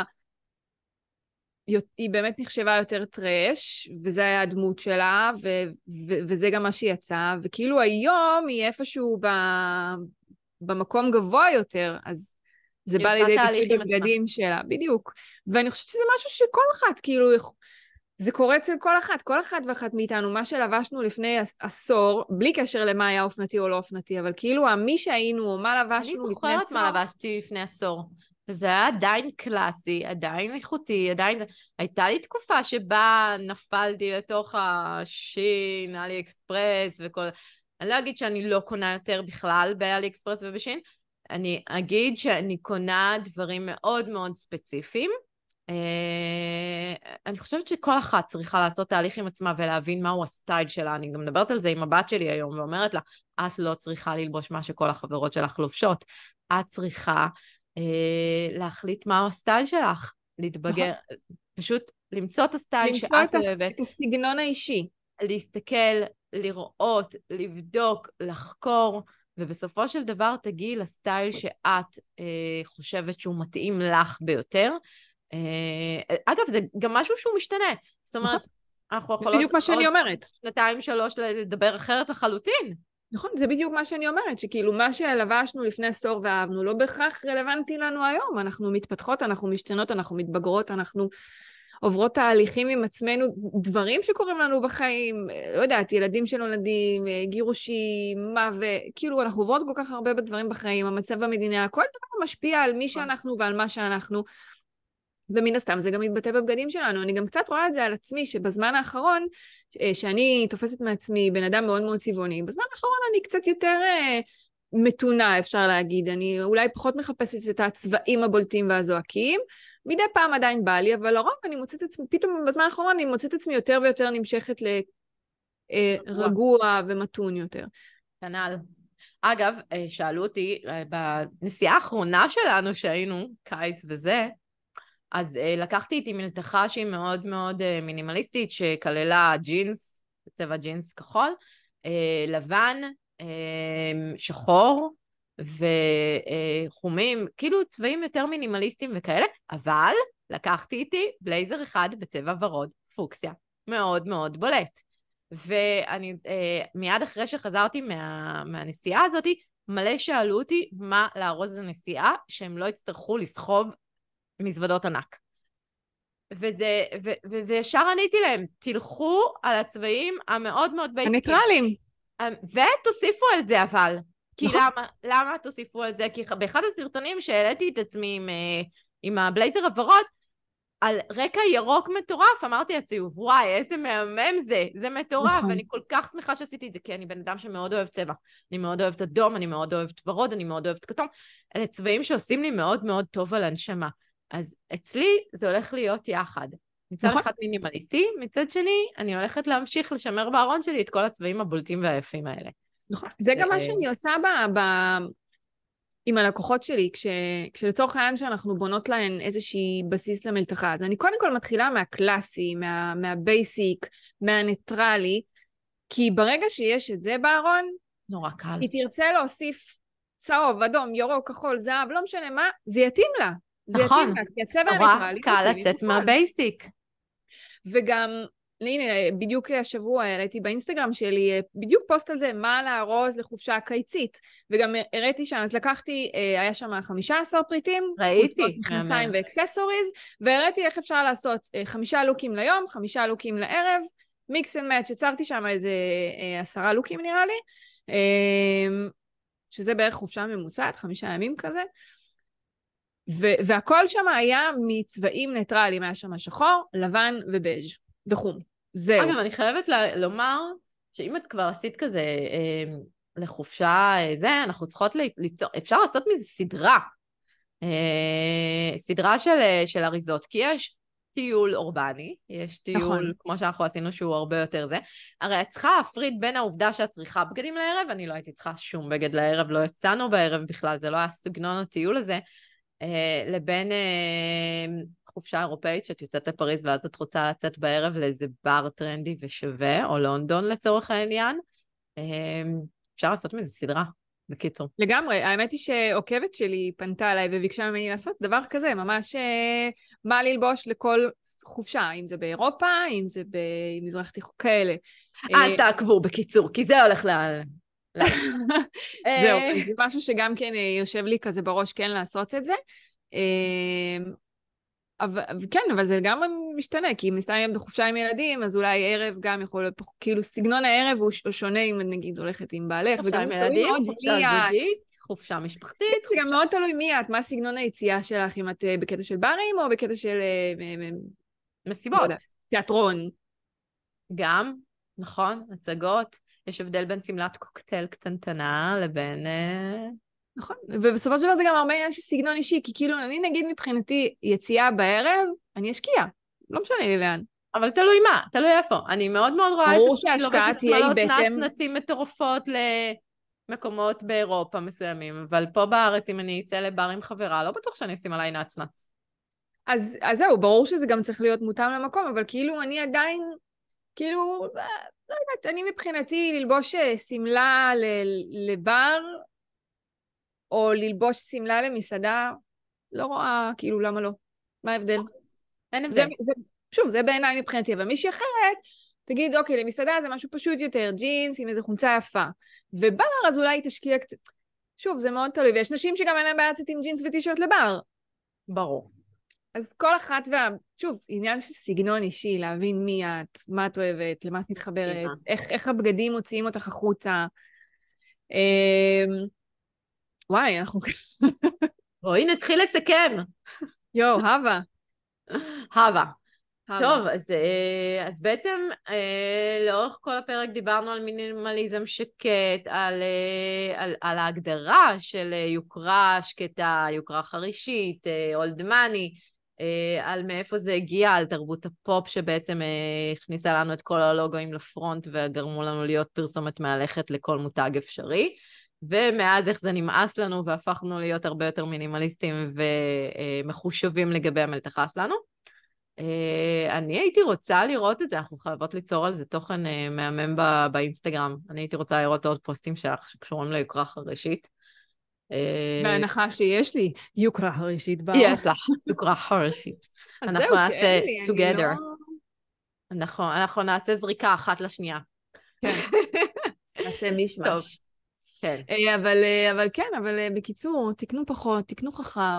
היא באמת נחשבה יותר טרש, וזה היה הדמות שלה, ו... ו... וזה גם מה שיצא, וכאילו היום היא איפשהו ב... במקום גבוה יותר, אז זה היא בא עושה לידי תהליך ביטוי עם עצמה. בבגדים שלה, בדיוק. ואני חושבת שזה משהו שכל אחת, כאילו, זה קורה אצל כל אחת, כל אחת ואחת מאיתנו, מה שלבשנו לפני עשור, בלי קשר למה היה אופנתי או לא אופנתי, אבל כאילו מי שהיינו או מה אני לבשנו לפני זוכרת מה עשור, לבשתי לפני עשור, וזה היה עדיין קלאסי, עדיין איכותי, עדיין... הייתה לי תקופה שבה נפלתי לתוך השין, אלי אקספרס וכל... אני לא אגיד שאני לא קונה יותר בכלל באלי אקספרס ובשין, אני אגיד שאני קונה דברים מאוד מאוד ספציפיים. אני חושבת שכל אחת צריכה לעשות תהליך עם עצמה ולהבין מהו הסטייל שלה. אני גם מדברת על זה עם הבת שלי היום ואומרת לה, את לא צריכה ללבוש מה שכל החברות שלך לובשות. את צריכה אה, להחליט מהו הסטייל שלך, להתבגר, נכון? פשוט למצוא את הסטייל למצוא שאת את, הס... אוהבת, את הסגנון האישי. להסתכל, לראות, לבדוק, לחקור, ובסופו של דבר תגיעי לסטייל שאת אה, חושבת שהוא מתאים לך ביותר. אה, אגב, זה גם משהו שהוא משתנה. זאת נכון? אומרת, אנחנו זה יכולות בדיוק מה שאני עוד אומרת. שנתיים, שלוש לדבר אחרת לחלוטין. נכון, זה בדיוק מה שאני אומרת, שכאילו מה שלבשנו לפני עשור ואהבנו לא בהכרח רלוונטי לנו היום. אנחנו מתפתחות, אנחנו משתנות, אנחנו מתבגרות, אנחנו עוברות תהליכים עם עצמנו, דברים שקורים לנו בחיים, לא יודעת, ילדים שנולדים, גירושים, מוות, כאילו אנחנו עוברות כל כך הרבה בדברים בחיים, המצב במדינה, כל דבר משפיע על מי שאנחנו ועל מה שאנחנו, ומן הסתם זה גם מתבטא בבגדים שלנו. אני גם קצת רואה את זה על עצמי, שבזמן האחרון, שאני תופסת מעצמי בן אדם מאוד מאוד צבעוני, בזמן האחרון אני קצת יותר אה, מתונה, אפשר להגיד. אני אולי פחות מחפשת את הצבעים הבולטים והזועקים, מדי פעם עדיין בא לי, אבל לרוב אני מוצאת עצמי, פתאום בזמן האחרון אני מוצאת עצמי יותר ויותר נמשכת לרגוע ומתון יותר. כנ"ל. אגב, שאלו אותי, בנסיעה האחרונה שלנו שהיינו, קיץ וזה, אז uh, לקחתי איתי מלתחה שהיא מאוד מאוד uh, מינימליסטית, שכללה ג'ינס, צבע ג'ינס כחול, uh, לבן, uh, שחור וחומים, uh, כאילו צבעים יותר מינימליסטיים וכאלה, אבל לקחתי איתי בלייזר אחד בצבע ורוד, פוקסיה, מאוד מאוד בולט. ואני uh, מיד אחרי שחזרתי מה, מהנסיעה הזאת, מלא שאלו אותי מה לארוז לנסיעה, שהם לא יצטרכו לסחוב מזוודות ענק. וזה, ו, ו, וישר עניתי להם, תלכו על הצבעים המאוד מאוד בייסיקים. הניטרלים. ותוסיפו על זה אבל. כי נכון. למה, למה תוסיפו על זה? כי באחד הסרטונים שהעליתי את עצמי עם, עם הבלייזר הוורוד, על רקע ירוק מטורף, אמרתי לעצמי, וואי, איזה מהמם זה, זה מטורף, נכון. ואני כל כך שמחה שעשיתי את זה, כי אני בן אדם שמאוד אוהב צבע. אני מאוד אוהבת אדום, אני מאוד אוהבת ורוד, אני מאוד אוהבת כתום. אלה צבעים שעושים לי מאוד מאוד טוב על הנשמה. אז אצלי זה הולך להיות יחד. מצד נכון. אחד מינימליסטי, מצד שני, אני הולכת להמשיך לשמר בארון שלי את כל הצבעים הבולטים והיפים האלה. נכון. זה גם מה שאני עושה ב... ב... עם הלקוחות שלי, כש... כשלצורך העניין שאנחנו בונות להן איזושהי בסיס למלתחה. אז אני קודם כל מתחילה מהקלאסי, מה... מהבייסיק, מהניטרלי, כי ברגע שיש את זה בארון, נורא קל. היא תרצה להוסיף צהוב, אדום, ירוק, כחול, זהב, לא משנה מה, זה יתאים לה. זה נכון. יתאים לה, כי הצבע נורא הניטרלי קל מתאים עם לצאת הכל. מהבייסיק. וגם, הנה, בדיוק השבוע העליתי באינסטגרם שלי, בדיוק פוסט על זה, מה לארוז לחופשה קיצית. וגם הראיתי שם, אז לקחתי, היה שם חמישה עשר פריטים, ראיתי, חולצות, מכנסיים ואקססוריז, והראיתי איך אפשר לעשות חמישה לוקים ליום, חמישה לוקים לערב, מיקס אנד מאץ', יצרתי שם איזה עשרה לוקים נראה לי, שזה בערך חופשה ממוצעת, חמישה ימים כזה. ו- והכל שם היה מצבעים ניטרליים, היה שם שחור, לבן ובז' וחום. זהו. אגב, אני חייבת ל- לומר שאם את כבר עשית כזה אה, לחופשה, אה, זה, אנחנו צריכות ל- ליצור, אפשר לעשות מזה סדרה, אה, סדרה של, אה, של אריזות, כי יש טיול אורבני, יש טיול, נכון. כמו שאנחנו עשינו שהוא הרבה יותר זה, הרי את צריכה להפריד בין העובדה שאת צריכה בגדים לערב, אני לא הייתי צריכה שום בגד לערב, לא יצאנו בערב בכלל, זה לא היה סגנון הטיול הזה, Uh, לבין uh, חופשה אירופאית שאת יוצאת לפריז ואז את רוצה לצאת בערב לאיזה בר טרנדי ושווה, או לונדון לצורך העניין. Uh, אפשר לעשות מזה סדרה, בקיצור. לגמרי, האמת היא שעוקבת שלי פנתה אליי וביקשה ממני לעשות דבר כזה, ממש uh, מה ללבוש לכל חופשה, אם זה באירופה, אם זה במזרח תיכון, כאלה. אז תעקבו בקיצור, כי זה הולך ל... זהו, זה משהו שגם כן יושב לי כזה בראש כן לעשות את זה. אבל, כן, אבל זה גם משתנה, כי אם מסתיים בחופשה עם ילדים, אז אולי ערב גם יכול להיות, כאילו סגנון הערב הוא שונה אם נגיד הולכת עם בעלך, וגם זה תלוי מאוד חופשה מי את. זוגית, חופשה משפחתית. זה גם מאוד תלוי מי את, מה סגנון היציאה שלך, אם את בקטע של ברים או בקטע של... מסיבות. תיאטרון. גם, נכון, הצגות. יש הבדל בין סמלת קוקטייל קטנטנה לבין... נכון, ובסופו של דבר זה גם הרבה עניין של סגנון אישי, כי כאילו, אני נגיד מבחינתי יציאה בערב, אני אשקיע, לא משנה לי לאן. אבל תלוי מה, תלוי איפה. אני מאוד מאוד רואה את ברור שההשקעה תהיה היא בהתאם... נצנצים מטורפות למקומות באירופה מסוימים, אבל פה בארץ, אם אני אצא לבר עם חברה, לא בטוח שאני אשים עליי נצנץ. אז, אז זהו, ברור שזה גם צריך להיות מותאם למקום, אבל כאילו אני עדיין, כאילו, לא יודעת, אני מבחינתי ללבוש סמלה לבר, או ללבוש סמלה למסעדה, לא רואה, כאילו, למה לא? מה ההבדל? אין הבדל. זה, זה, שוב, זה בעיניי מבחינתי, אבל מישהי אחרת, תגיד, אוקיי, למסעדה זה משהו פשוט יותר, ג'ינס עם איזו חולצה יפה. ובר, אז אולי תשקיע קצת. שוב, זה מאוד תלוי, ויש נשים שגם אין להם בעיה לצאת עם ג'ינס וטישרט לבר. ברור. אז כל אחת וה... שוב, עניין של סגנון אישי, להבין מי את, מה את אוהבת, למה את מתחברת, איך, איך הבגדים מוציאים אותך החוצה. וואי, אנחנו... בואי נתחיל לסכם. יו, הווה. הווה. טוב, אז, אז בעצם לאורך כל הפרק דיברנו על מינימליזם שקט, על, על, על ההגדרה של יוקרה שקטה, יוקרה חרישית, אולד מאני, על מאיפה זה הגיע, על תרבות הפופ שבעצם הכניסה לנו את כל הלוגוים לפרונט וגרמו לנו להיות פרסומת מהלכת לכל מותג אפשרי. ומאז איך זה נמאס לנו והפכנו להיות הרבה יותר מינימליסטים ומחושבים לגבי המלתחה שלנו. אני הייתי רוצה לראות את זה, אנחנו חייבות ליצור על זה תוכן מהמם באינסטגרם. אני הייתי רוצה לראות עוד פוסטים שלך שקשורים ליוקרה חרישית. בהנחה שיש לי יוקרה חרישית. יש לך יוקרה חרישית. אנחנו נעשה together. אנחנו נעשה זריקה אחת לשנייה. כן. נעשה מישמש. כן. אבל, אבל כן, אבל בקיצור, תקנו פחות, תקנו חכם.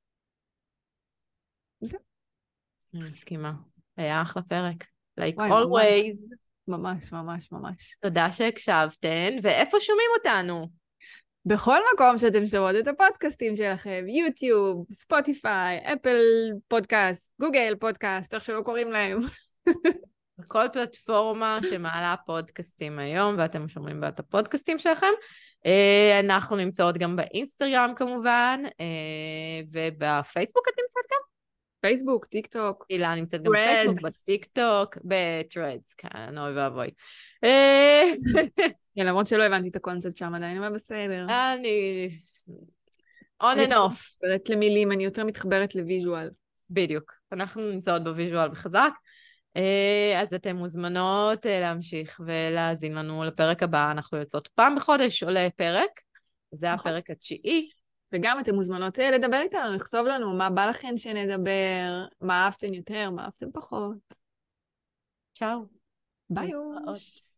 זה. אני מסכימה. היה אחלה פרק. Like וואי, always. ממש, ממש, ממש. תודה שהקשבתן, ואיפה שומעים אותנו? בכל מקום שאתם שומעות את הפודקאסטים שלכם, יוטיוב, ספוטיפיי, אפל פודקאסט, גוגל פודקאסט, איך שלא קוראים להם. בכל פלטפורמה שמעלה פודקאסטים היום, ואתם שומעים בה את הפודקאסטים שלכם. אנחנו נמצאות גם באינסטגרם כמובן, ובפייסבוק את נמצאת גם? פייסבוק, טיק טוק. הילה נמצאת גם בפייסבוק, בטיק טוק, בטרדס, כן, אוי ואבוי. אה, כן, למרות שלא הבנתי את הקונספט שם עדיין, אבל בסדר. אני... on אני and off. מתחברת למילים, אני יותר מתחברת לויז'ואל. בדיוק. אנחנו נמצאות בוויז'ואל בחזק. אה, אז אתן מוזמנות אה, להמשיך ולהאזין לנו לפרק הבא. אנחנו יוצאות פעם בחודש עולה פרק. זה נכון. הפרק התשיעי. וגם אתן מוזמנות אה, לדבר איתנו, לכתוב לנו מה בא לכן שנדבר, מה אהבתן יותר, מה אהבתן פחות. צ'או. ביי להתראות. יוש.